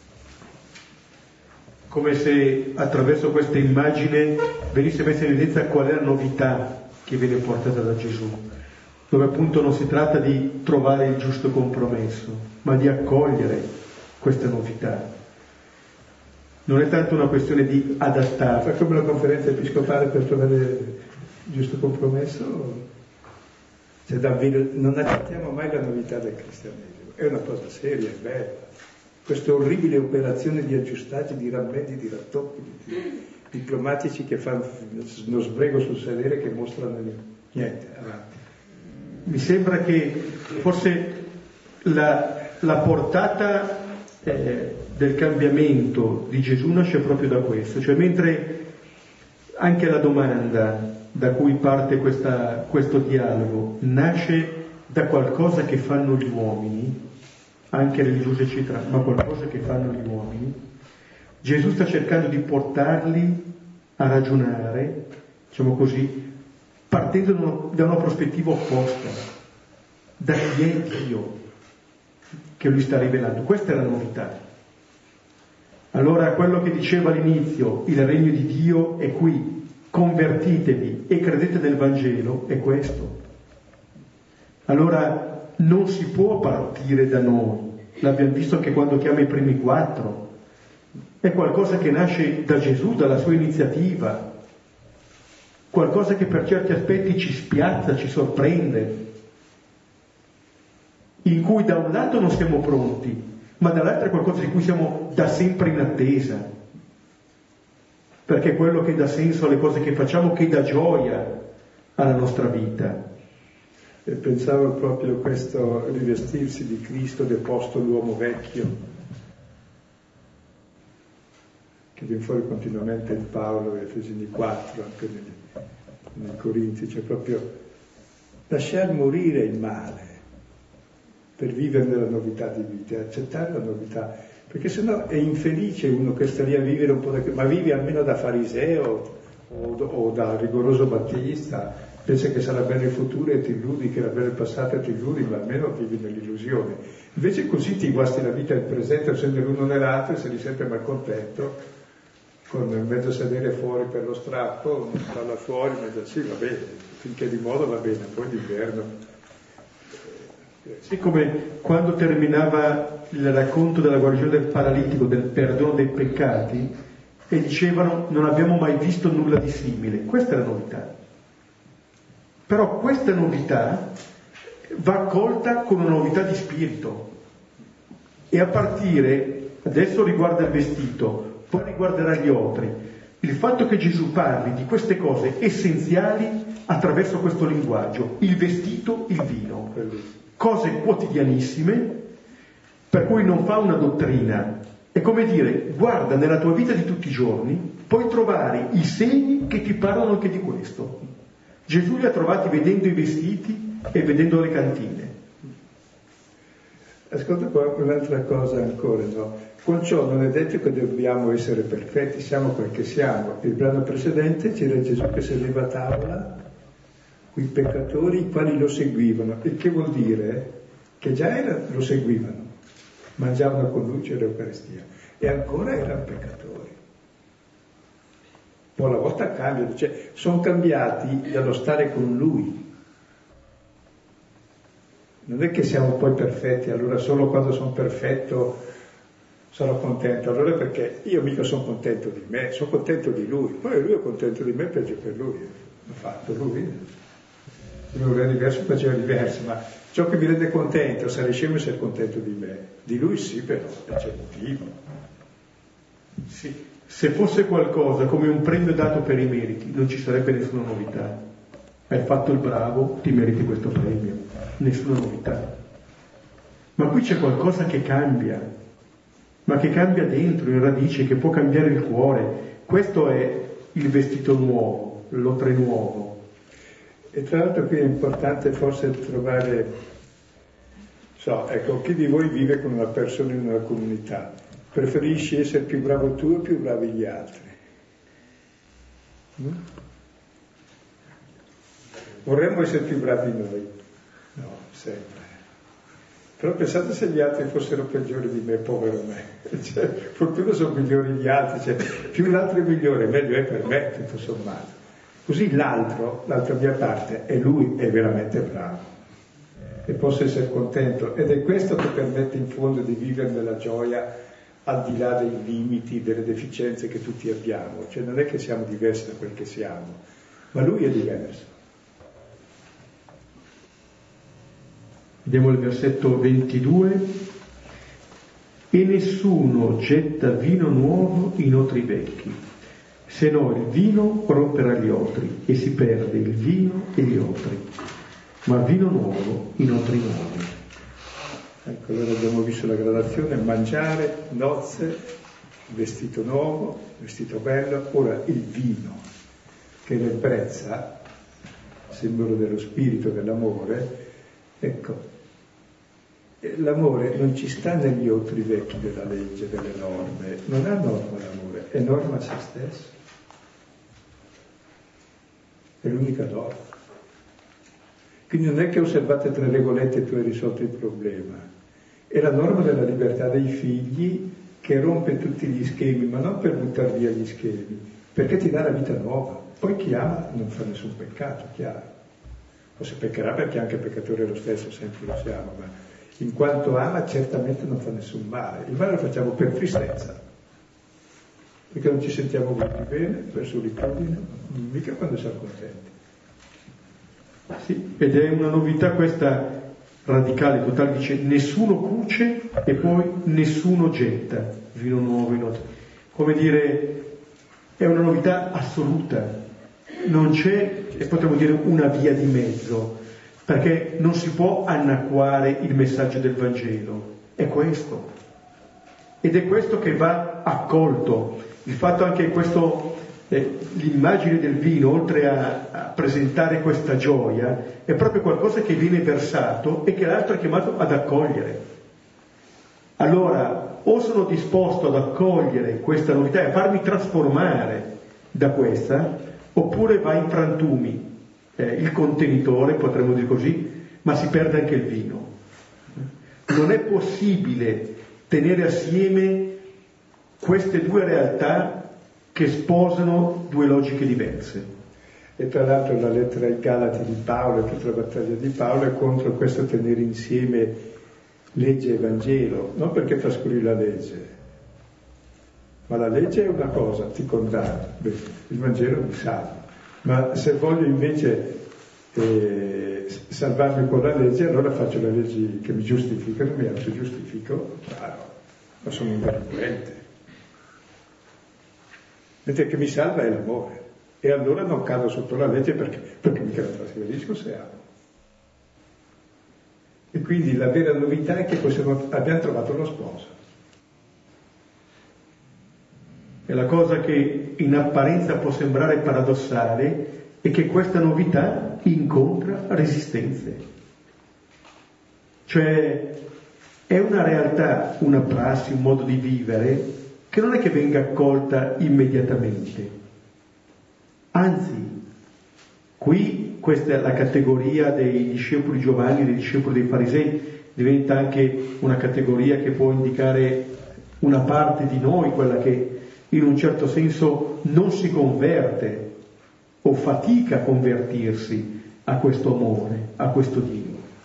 Come se attraverso questa immagine venisse messa in evidenza qual è la novità che viene portata da Gesù, dove appunto non si tratta di trovare il giusto compromesso, ma di accogliere questa novità. Non è tanto una questione di adattarsi. Fa come la conferenza episcopale per trovare il giusto compromesso. Cioè davvero non accettiamo mai la novità del cristianesimo, è una cosa seria, è bella. Questa orribile operazione di aggiustaggi, di rammendi, di rattoppi, di diplomatici che fanno uno sbrego sul sedere che mostrano niente. Avanti. Mi sembra che forse la portata del cambiamento di Gesù nasce proprio da questo, cioè mentre anche la domanda da cui parte questo dialogo nasce da qualcosa che fanno gli uomini, anche religiosi eccetera, ma qualcosa che fanno gli uomini, Gesù sta cercando di portarli a ragionare, diciamo così, partendo da una prospettiva opposta, da chi è Dio che lui sta rivelando. Questa è la novità. Allora quello che diceva all'inizio, il regno di Dio è qui, convertitevi e credete nel Vangelo, è questo. Allora non si può partire da noi. L'abbiamo visto anche quando chiama i primi 4. È qualcosa che nasce da Gesù, dalla sua iniziativa, qualcosa che per certi aspetti ci spiazza, ci sorprende, in cui da un lato non siamo pronti, ma dall'altro è qualcosa di cui siamo da sempre in attesa, perché è quello che dà senso alle cose che facciamo, che dà gioia alla nostra vita. E pensavo proprio a questo rivestirsi di Cristo deposto l'uomo vecchio, che viene fuori continuamente in Paolo, Efesini 4, anche nei Corinzi, cioè proprio lasciar morire il male per vivere nella novità di vita, accettare la novità, perché sennò è infelice uno che sta lì a vivere un po' ma vivi almeno da fariseo o da rigoroso battista, pensa che sarà bene il futuro e ti illudi, che era bene il passato e ti illudi, ma almeno vivi nell'illusione. Invece così ti guasti la vita del presente, essendo l'uno nell'altro, e sei sempre malcontento, con in mezzo a sedere fuori per lo strappo, stare fuori, mezzo sì, va bene, finché di modo va bene, poi d'inverno. Sì, come quando terminava il racconto della guarigione del paralitico, del perdono dei peccati, e dicevano non abbiamo mai visto nulla di simile. Questa è la novità. Però questa novità va accolta con una novità di spirito, e a partire, adesso riguarda il vestito, poi riguarderà gli otri, il fatto che Gesù parli di queste cose essenziali attraverso questo linguaggio, il vestito, il vino, cose quotidianissime, per cui non fa una dottrina, è come dire, guarda nella tua vita di tutti i giorni, puoi trovare i segni che ti parlano anche di questo. Gesù li ha trovati vedendo i vestiti e vedendo le cantine. Ascolta qua un'altra cosa ancora, no? Con ciò non è detto che dobbiamo essere perfetti, siamo quel che siamo. Il brano precedente c'era Gesù che sedeva a tavola, quei peccatori i quali lo seguivano, il che vuol dire che già lo seguivano, mangiavano con lui, c'era l'Eucaristia, e ancora erano peccatori. Poi alla volta cambiano, cioè sono cambiati dallo stare con lui. Non è che siamo poi perfetti, allora solo quando sono perfetto sono contento, allora perché io mica sono contento di me, sono contento di lui, poi lui è contento di me, peggio per lui, l'ha fatto lui. Lui era diverso, faceva diverso, ma ciò che mi rende contento, sarei scemo se è contento di me, di lui sì però, c'è motivo. Sì, se fosse qualcosa come un premio dato per i meriti, non ci sarebbe nessuna novità. Hai fatto il bravo, ti meriti questo premio, nessuna novità. Ma qui c'è qualcosa che cambia, ma che cambia dentro, in radice, che può cambiare il cuore. Questo è il vestito nuovo, l'otre nuovo. E tra l'altro qui è importante forse trovare, ecco, chi di voi vive con una persona in una comunità, preferisci essere più bravo tu o più bravi gli altri? Vorremmo essere più bravi noi? No, sempre. Però pensate se gli altri fossero peggiori di me, povero me. Cioè, fortuna sono migliori gli altri, cioè, più l'altro è migliore, meglio è per me, tutto sommato. Così l'altra mia parte, e lui è veramente bravo. E posso essere contento. Ed è questo che permette in fondo di vivere nella gioia al di là dei limiti, delle deficienze che tutti abbiamo. Cioè non è che siamo diversi da quel che siamo, ma lui è diverso. Vediamo il versetto 22. E nessuno getta vino nuovo in otri vecchi, se no il vino romperà gli otri e si perde il vino e gli otri, ma vino nuovo in otri nuovi. Ecco, allora abbiamo visto la gradazione: mangiare, nozze, vestito nuovo, vestito bello, ora il vino, che è l'ebbrezza, simbolo dello spirito, dell'amore. Ecco, l'amore non ci sta negli otri vecchi della legge, delle norme, non ha norma l'amore, è norma a se stesso, è l'unica norma. Quindi non è che osservate 3 regolette e tu hai risolto il problema, è la norma della libertà dei figli che rompe tutti gli schemi, ma non per buttare via gli schemi, perché ti dà la vita nuova. Poi chi ama non fa nessun peccato, chiaro. o se peccherà perché anche peccatori lo stesso, sempre lo siamo, ma in quanto ama certamente non fa nessun male. Il male lo facciamo per tristezza, perché non ci sentiamo venuti bene, per solitudine, mica quando siamo contenti. Sì, ed è una novità questa radicale, totale, dice nessuno cuce e poi nessuno getta vino nuovo in otto. Come dire, è una novità assoluta, non c'è, e potremmo dire, una via di mezzo, perché non si può annacquare il messaggio del Vangelo, è questo, ed è questo che va accolto. Il fatto anche questo, l'immagine del vino, oltre a presentare questa gioia, è proprio qualcosa che viene versato e che l'altro è chiamato ad accogliere. Allora, o sono disposto ad accogliere questa novità e a farmi trasformare da questa, oppure va in frantumi il contenitore, potremmo dire così, ma si perde anche il vino. Non è possibile tenere assieme queste due realtà che sposano due logiche diverse. E tra l'altro la lettera ai Galati di Paolo, tutta la battaglia di Paolo, è contro questo tenere insieme legge e Vangelo, non perché trascuri la legge, ma la legge è una cosa, ti condanna, beh, il Vangelo mi salva. Ma se voglio invece salvarmi con la legge, allora faccio le leggi che mi giustificano, mi autogiustifico, claro, ma sono un delinquente. Mentre che mi salva è l'amore. E allora non cado sotto la legge perché mica la trasgredisco se amo. E quindi la vera novità è che abbiamo trovato lo sposo. E la cosa che in apparenza può sembrare paradossale è che questa novità incontra resistenze. Cioè è una realtà, una prassi, un modo di vivere che non è che venga accolta immediatamente. Anzi, qui questa è la categoria dei discepoli Giovanni, dei discepoli dei farisei, diventa anche una categoria che può indicare una parte di noi, quella che in un certo senso non si converte o fatica a convertirsi a questo amore, a questo Dio.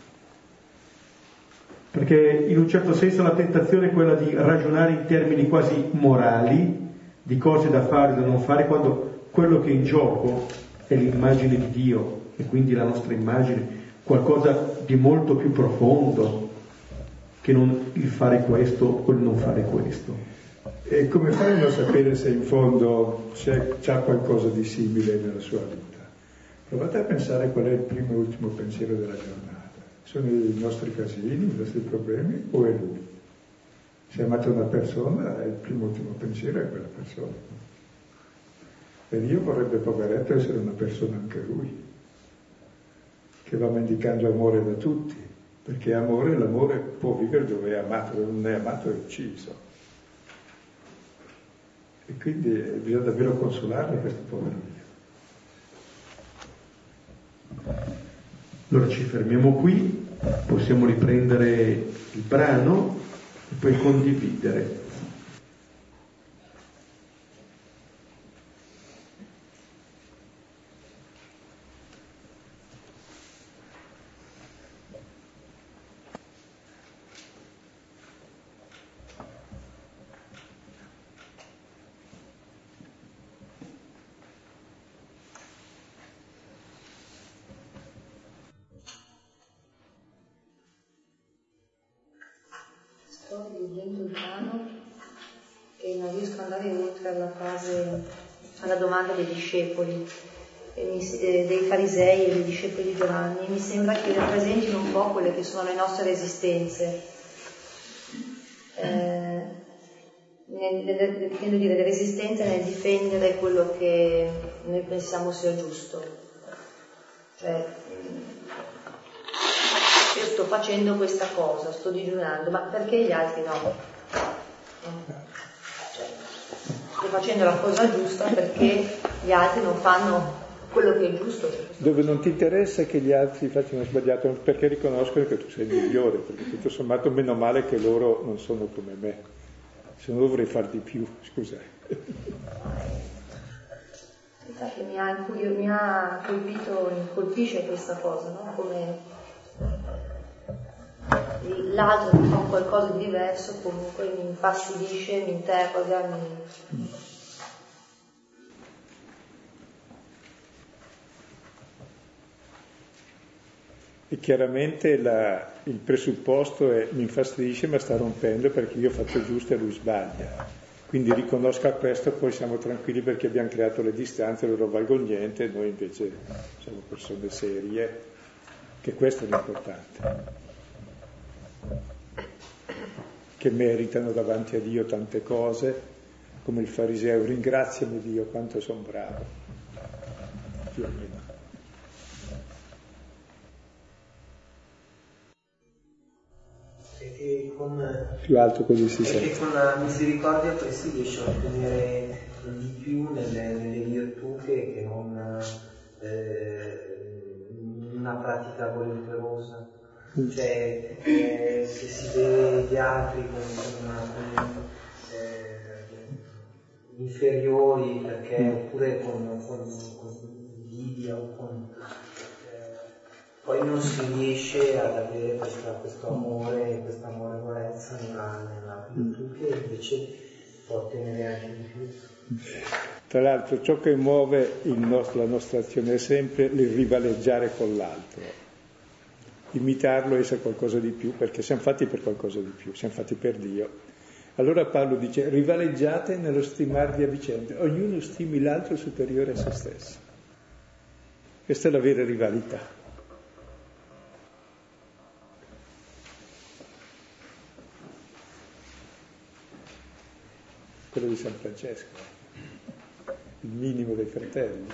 Perché in un certo senso la tentazione è quella di ragionare in termini quasi morali, di cose da fare e da non fare, quando quello che è in gioco è l'immagine di Dio e quindi la nostra immagine, qualcosa di molto più profondo che non il fare questo o il non fare questo. E come fai a non sapere se in fondo c'ha qualcosa di simile nella sua vita? Provate a pensare qual è il primo e ultimo pensiero della giornata. Sono i nostri casini, i nostri problemi o è lui? Se amate una persona, il primo e ultimo pensiero è quella persona. E Dio vorrebbe, poveretto, essere una persona anche lui, che va mendicando amore da tutti, perché l'amore può vivere dove è amato, dove non è amato è ucciso. E quindi bisogna davvero consolarlo questo povero Dio. Allora ci fermiamo qui, possiamo riprendere il brano e poi condividere. Sto leggendo il brano e non riesco ad andare oltre alla fase, alla domanda dei discepoli, dei farisei e dei discepoli di Giovanni. Mi sembra che rappresentino un po' quelle che sono le nostre resistenze. Intendo dire le resistenze nel difendere quello che noi pensiamo sia giusto. Cioè, io sto facendo questa cosa, sto digiunando, ma perché gli altri no? Cioè, sto facendo la cosa giusta perché gli altri non fanno quello che è giusto. Dove non ti interessa che gli altri facciano sbagliato, perché riconoscono che tu sei il migliore, perché tutto sommato meno male che loro non sono come me, se no dovrei far di più, scusa. Infatti colpisce questa cosa, no? Come l'altro che fa qualcosa di diverso comunque mi infastidisce, mi interroga, E chiaramente il presupposto è mi infastidisce ma sta rompendo perché io ho fatto giusto e lui sbaglia. Quindi riconosca questo, poi siamo tranquilli perché abbiamo creato le distanze, loro valgono niente, noi invece siamo persone serie, che questo è l'importante. Che meritano davanti a Dio tante cose, come il fariseo, ringraziami Dio quanto sono bravo. Più o meno. Più alto così si sente. Perché con la misericordia poi si riesce a ottenere di più nelle virtù che non una pratica volenterosa. Cioè se si vede gli altri come inferiori oppure con invidia o con poi non si riesce ad avere questo amore, questa amorevolezza nella virtù che invece può ottenere anche di più. Tra l'altro ciò che muove la nostra azione è sempre il rivaleggiare con l'altro, imitarlo, essere qualcosa di più, perché siamo fatti per qualcosa di più, siamo fatti per Dio. Allora Paolo dice rivaleggiate nello stimarvi a vicenda, ognuno stimi l'altro superiore a se stesso. Questa è la vera rivalità. Quello di San Francesco, il minimo dei fratelli.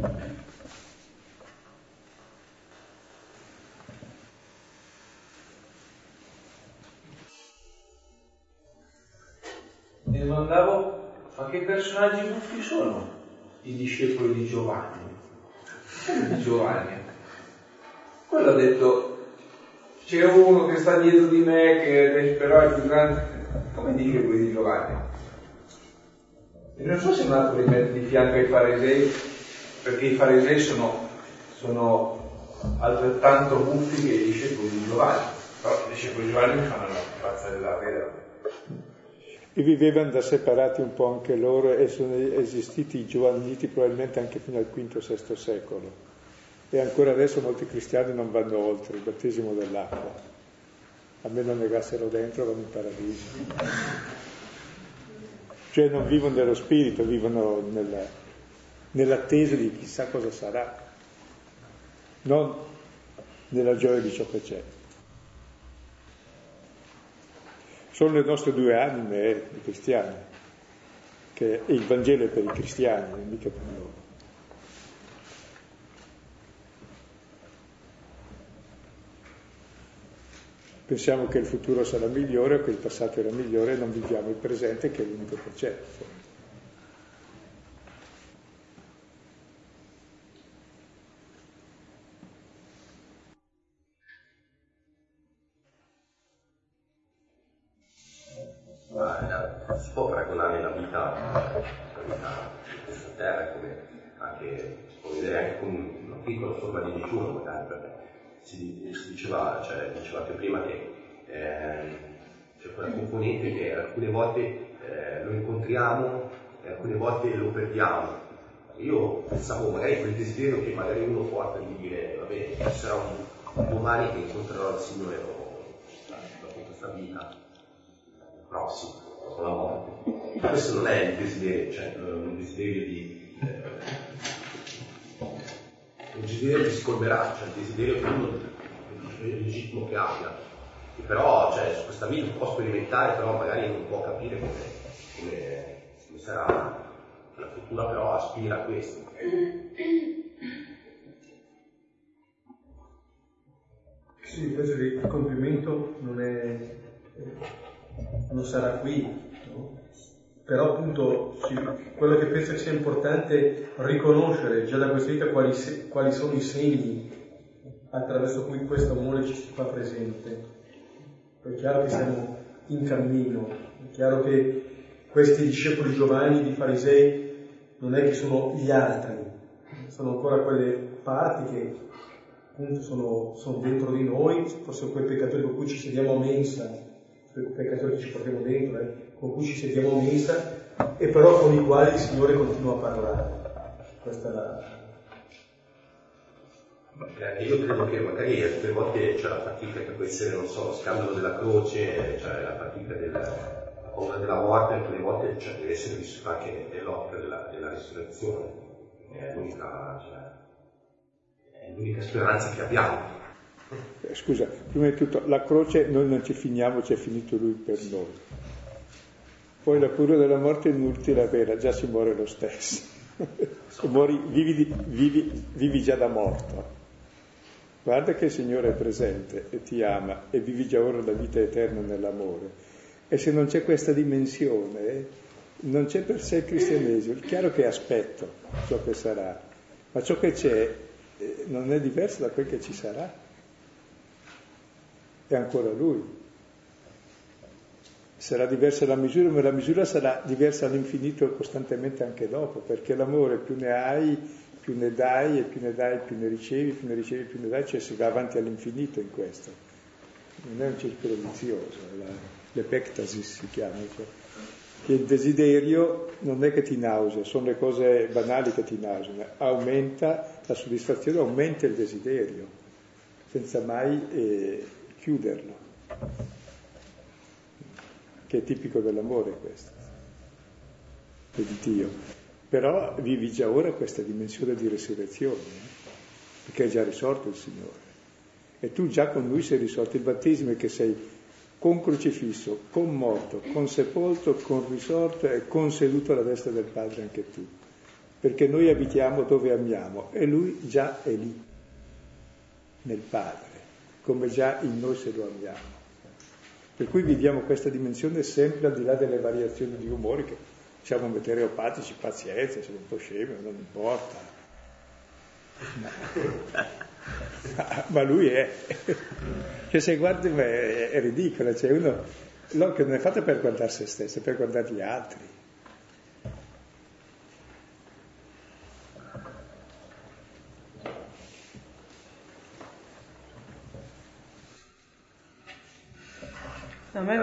Mi domandavo, ma che personaggi buffi sono i discepoli di Giovanni? Di Giovanni. Quello ha detto, c'è uno che sta dietro di me, che però è più grande. Come dice quelli di Giovanni? E non so se è un altro rimedio di fianco ai farisei, perché i farisei sono altrettanto buffi che i discepoli di Giovanni, però i discepoli di Giovanni mi fanno una pazzella vera. E vivevano da separati un po' anche loro e sono esistiti i giovanniti probabilmente anche fino al V-VI secolo. E ancora adesso molti cristiani non vanno oltre il battesimo dell'acqua. A meno negassero dentro vanno in paradiso. Cioè non vivono nello spirito, vivono nell'attesa di chissà cosa sarà, non nella gioia di ciò che c'è. Sono le nostre due anime, i cristiani, che il Vangelo è per i cristiani, mica per loro. Pensiamo che il futuro sarà migliore o che il passato era migliore e non viviamo il presente che è l'unico che c'è. Si può paragonare la vita di questa terra come anche, può vedere anche con una piccola forma di digiuno magari, perché dicevate prima che c'è quella componente che alcune volte lo incontriamo e alcune volte lo perdiamo. Io pensavo magari quel desiderio che magari uno porta di dire vabbè, ci sarà un domani che incontrerò il Signore dopo questa vita prossima, dopo la morte. Questo non è il desiderio, cioè un desiderio un desiderio che si colmerà, cioè il desiderio che uno è legittimo che abbia, che però su questa vita può sperimentare, però magari non può capire come sarà la futura, però aspira a questo. Sì, penso che il compimento non sarà qui, no? Però appunto quello che penso che sia importante è riconoscere già da questa vita quali sono i segni attraverso cui questo amore ci si fa presente. È chiaro che siamo in cammino, è chiaro che questi discepoli Giovanni, di farisei, non è che sono gli altri, sono ancora quelle parti che appunto sono dentro di noi, forse quei peccatori con cui ci sediamo a mensa, quei peccatori che ci portiamo dentro, con cui ci sediamo a mensa, e però con i quali il Signore continua a parlare. Questa è la... Io credo che magari alcune volte c'è la fatica che può essere, non so, lo scandalo della croce, cioè la fatica la paura della morte, alcune volte deve essere vissuta anche nell'ottica della risurrezione. È l'unica speranza che abbiamo. Scusa, prima di tutto, la croce noi non ci finiamo, c'è finito lui per noi. Poi la paura della morte è inutile vera, già si muore lo stesso. Muori, vivi già da morto. Guarda che il Signore è presente e ti ama e vivi già ora la vita eterna nell'amore. E se non c'è questa dimensione, non c'è per sé il cristianesimo. È chiaro che aspetto ciò che sarà, ma ciò che c'è non è diverso da quel che ci sarà. È ancora Lui. Sarà diversa la misura, ma la misura sarà diversa all'infinito costantemente anche dopo, perché l'amore più ne hai, più ne dai, e più ne dai, più ne ricevi, più ne ricevi, più ne dai, cioè si va avanti all'infinito in questo. Non è un circolo vizioso, l'epectasis si chiama, cioè, che il desiderio non è che ti nausea, sono le cose banali che ti nauseano, aumenta la soddisfazione, aumenta il desiderio, senza mai chiuderlo, che è tipico dell'amore questo, e di Dio. Però vivi già ora questa dimensione di resurrezione, perché è già risorto il Signore. E tu già con Lui sei risorto. Il battesimo è che sei con crocifisso, con morto, con sepolto, con risorto e con seduto alla destra del Padre anche tu. Perché noi abitiamo dove amiamo e Lui già è lì, nel Padre, come già in noi se lo amiamo. Per cui viviamo questa dimensione sempre al di là delle variazioni di umori che siamo meteoropatici, pazienza, siamo un po' scemi, non importa. Ma lui è. Cioè se guardi è ridicolo, cioè uno che non è fatto per guardare se stesso, è per guardare gli altri. A me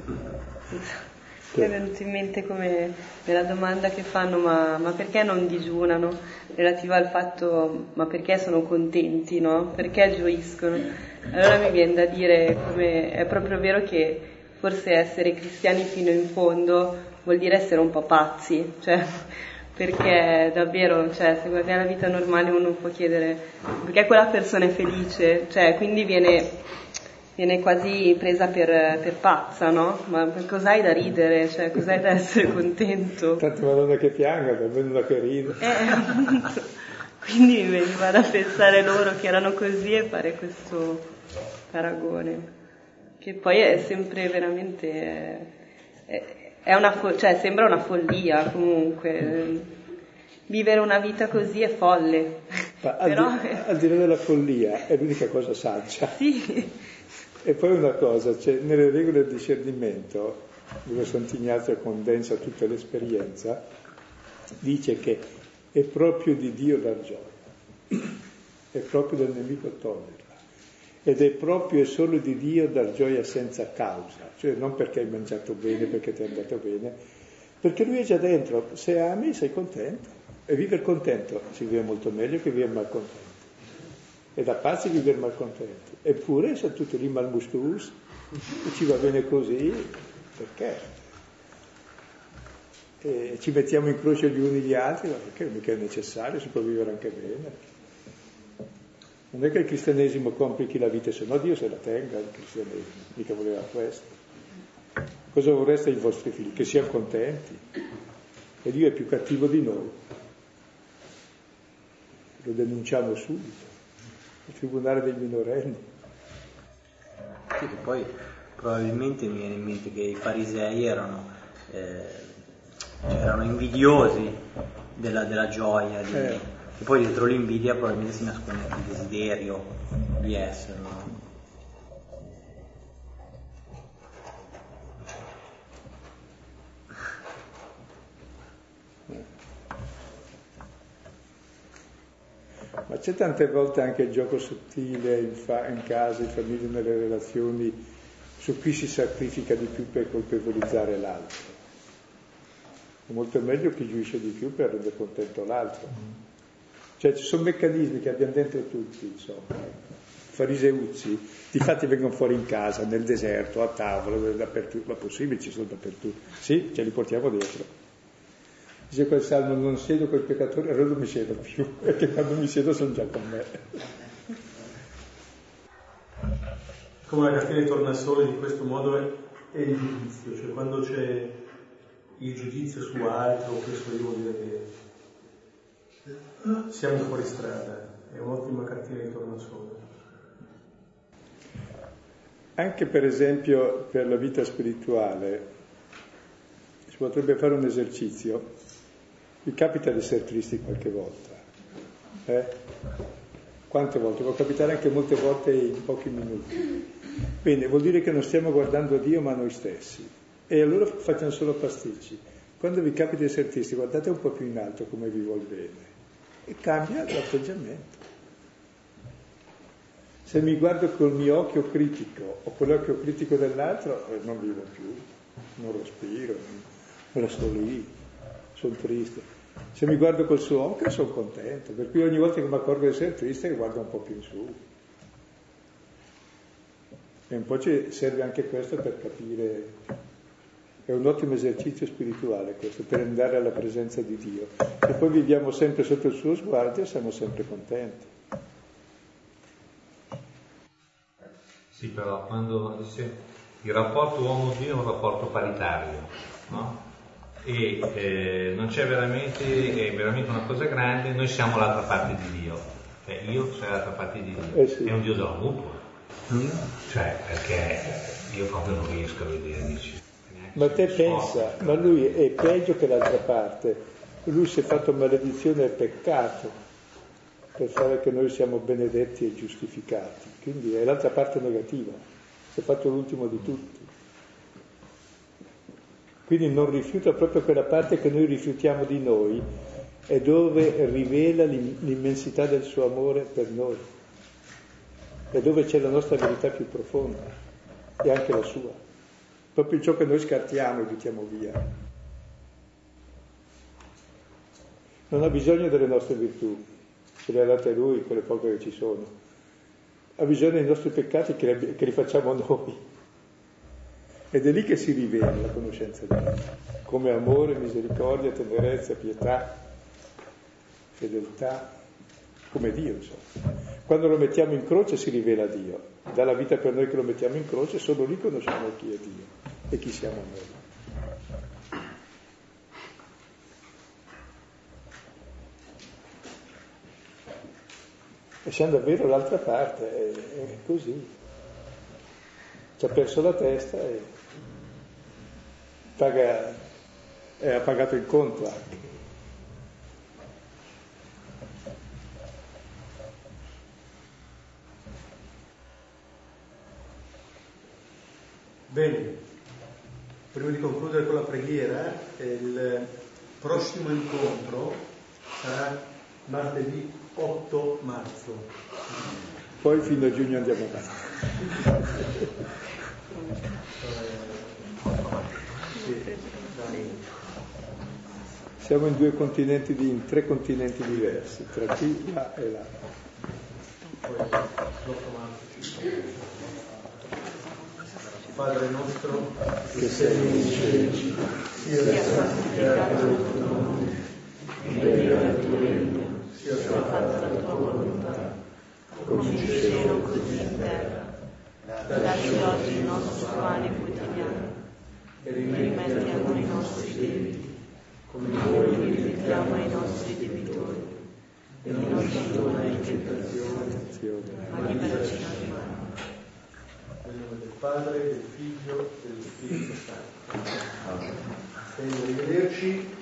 è venuto in mente come nella domanda che fanno ma perché non digiunano, relativa al fatto ma perché sono contenti, no? Perché gioiscono? Allora mi viene da dire come è proprio vero che forse essere cristiani fino in fondo vuol dire essere un po' pazzi, cioè perché davvero, cioè, se guardiamo la vita normale uno può chiedere perché quella persona è felice, cioè quindi viene quasi presa per pazza, no? Ma cos'hai da ridere? Cioè, cos'hai da essere contento? Tanto Madonna che pianga, almeno una che ride. Quindi mi veniva da pensare loro che erano così e fare questo paragone. Che poi è sempre veramente... cioè, sembra una follia comunque. Vivere una vita così è folle. Ma al di là della follia è l'unica cosa saggia. Sì. E poi una cosa, cioè, nelle regole del discernimento, dove Sant'Ignazio condensa tutta l'esperienza, dice che è proprio di Dio dar gioia, è proprio del nemico toglierla, ed è proprio e solo di Dio dar gioia senza causa, cioè non perché hai mangiato bene, perché ti è andato bene, perché lui è già dentro, se ami sei contento, e vivere contento si vive molto meglio che vivere malcontento. È da pazzi vivere malcontenti, eppure sono tutti lì malmustus, ci va bene così, perché? E ci mettiamo in croce gli uni gli altri, ma perché mica è necessario, si può vivere anche bene. Non è che il cristianesimo complichi la vita, se no Dio se la tenga il cristianesimo, mica voleva questo. Cosa vorreste ai vostri figli? Che siano contenti. E Dio è più cattivo di noi. Lo denunciamo subito. Il tribunale dei minorenni. Sì, che poi probabilmente mi viene in mente che i farisei erano invidiosi della gioia, e poi dietro l'invidia probabilmente si nasconde il desiderio di esserlo. Ma c'è tante volte anche il gioco sottile in casa, in famiglia, nelle relazioni, su chi si sacrifica di più per colpevolizzare l'altro. È molto meglio chi giuisce di più per rendere contento l'altro. Cioè ci sono meccanismi che abbiamo dentro tutti, insomma. Fariseucci, difatti vengono fuori in casa, nel deserto, a tavola, dappertutto, ma possibile, ci sono dappertutto. Sì, ce li portiamo dietro. Dice quel salmo, non siedo col peccatore, allora non mi siedo più, perché quando mi siedo sono già con me. Come la catena di tornasole di questo modo è il giudizio, cioè quando c'è il giudizio su altro, questo io vuol dire che siamo fuori strada, è un'ottima catena di tornasole. Anche per esempio per la vita spirituale si potrebbe fare un esercizio. Mi capita di essere tristi qualche volta. Quante volte? Può capitare anche molte volte in pochi minuti. Bene, vuol dire che non stiamo guardando Dio ma noi stessi. E allora facciamo solo pasticci. Quando vi capita di essere tristi, guardate un po' più in alto come vi vuol bene. E cambia l'atteggiamento. Se mi guardo col mio occhio critico o con l'occhio critico dell'altro, non vivo più, non respiro, non resto lì, sono triste. Se mi guardo col suo occhio sono contento, per cui ogni volta che mi accorgo di essere triste guardo un po' più in su. E un po' ci serve anche questo per capire, è un ottimo esercizio spirituale questo, per andare alla presenza di Dio. E poi viviamo sempre sotto il suo sguardo e siamo sempre contenti. Sì, però quando dice il rapporto uomo-Dio è un rapporto paritario, no? E non c'è veramente, è veramente una cosa grande, noi siamo l'altra parte di Dio, cioè io sono l'altra parte di Dio, sì. È un Dio della mutua, cioè perché io proprio non riesco a vedere, dici. Ma te pensa, ma lui è peggio che l'altra parte, lui si è fatto maledizione e peccato per fare che noi siamo benedetti e giustificati, quindi è l'altra parte negativa, si è fatto l'ultimo di tutti. Quindi non rifiuta proprio quella parte che noi rifiutiamo di noi, è dove rivela l'immensità del suo amore per noi, è dove c'è la nostra verità più profonda e anche la sua, proprio ciò che noi scartiamo e buttiamo via. Non ha bisogno delle nostre virtù, ce le ha date lui, quelle poche che ci sono, ha bisogno dei nostri peccati che li facciamo noi. Ed è lì che si rivela la conoscenza di Dio, come amore, misericordia, tenerezza, pietà, fedeltà, come Dio, insomma. Quando lo mettiamo in croce si rivela Dio, dà la vita per noi che lo mettiamo in croce, solo lì conosciamo chi è Dio e chi siamo noi. E siamo davvero l'altra parte, è così. Ci ha perso la testa e ha pagato il conto anche. Bene, prima di concludere con la preghiera, il prossimo incontro sarà martedì 8 marzo. Poi fino a giugno andiamo avanti. Siamo in in tre continenti diversi, tra qui, là e là. Padre nostro Che sei nei cieli, sia santificato il tuo nome, venga il tuo regno, sia fatta la tua volontà, come in cielo così in terra. Dacci oggi il nostro pane quotidiano e rimetti a noi i nostri debiti, come noi rimettiamo ai nostri debitori, e non ci indurre in tentazione, ma liberaci dal male. Nel nome del Padre, del Figlio e dello Spirito Santo. Amen. Arrivederci.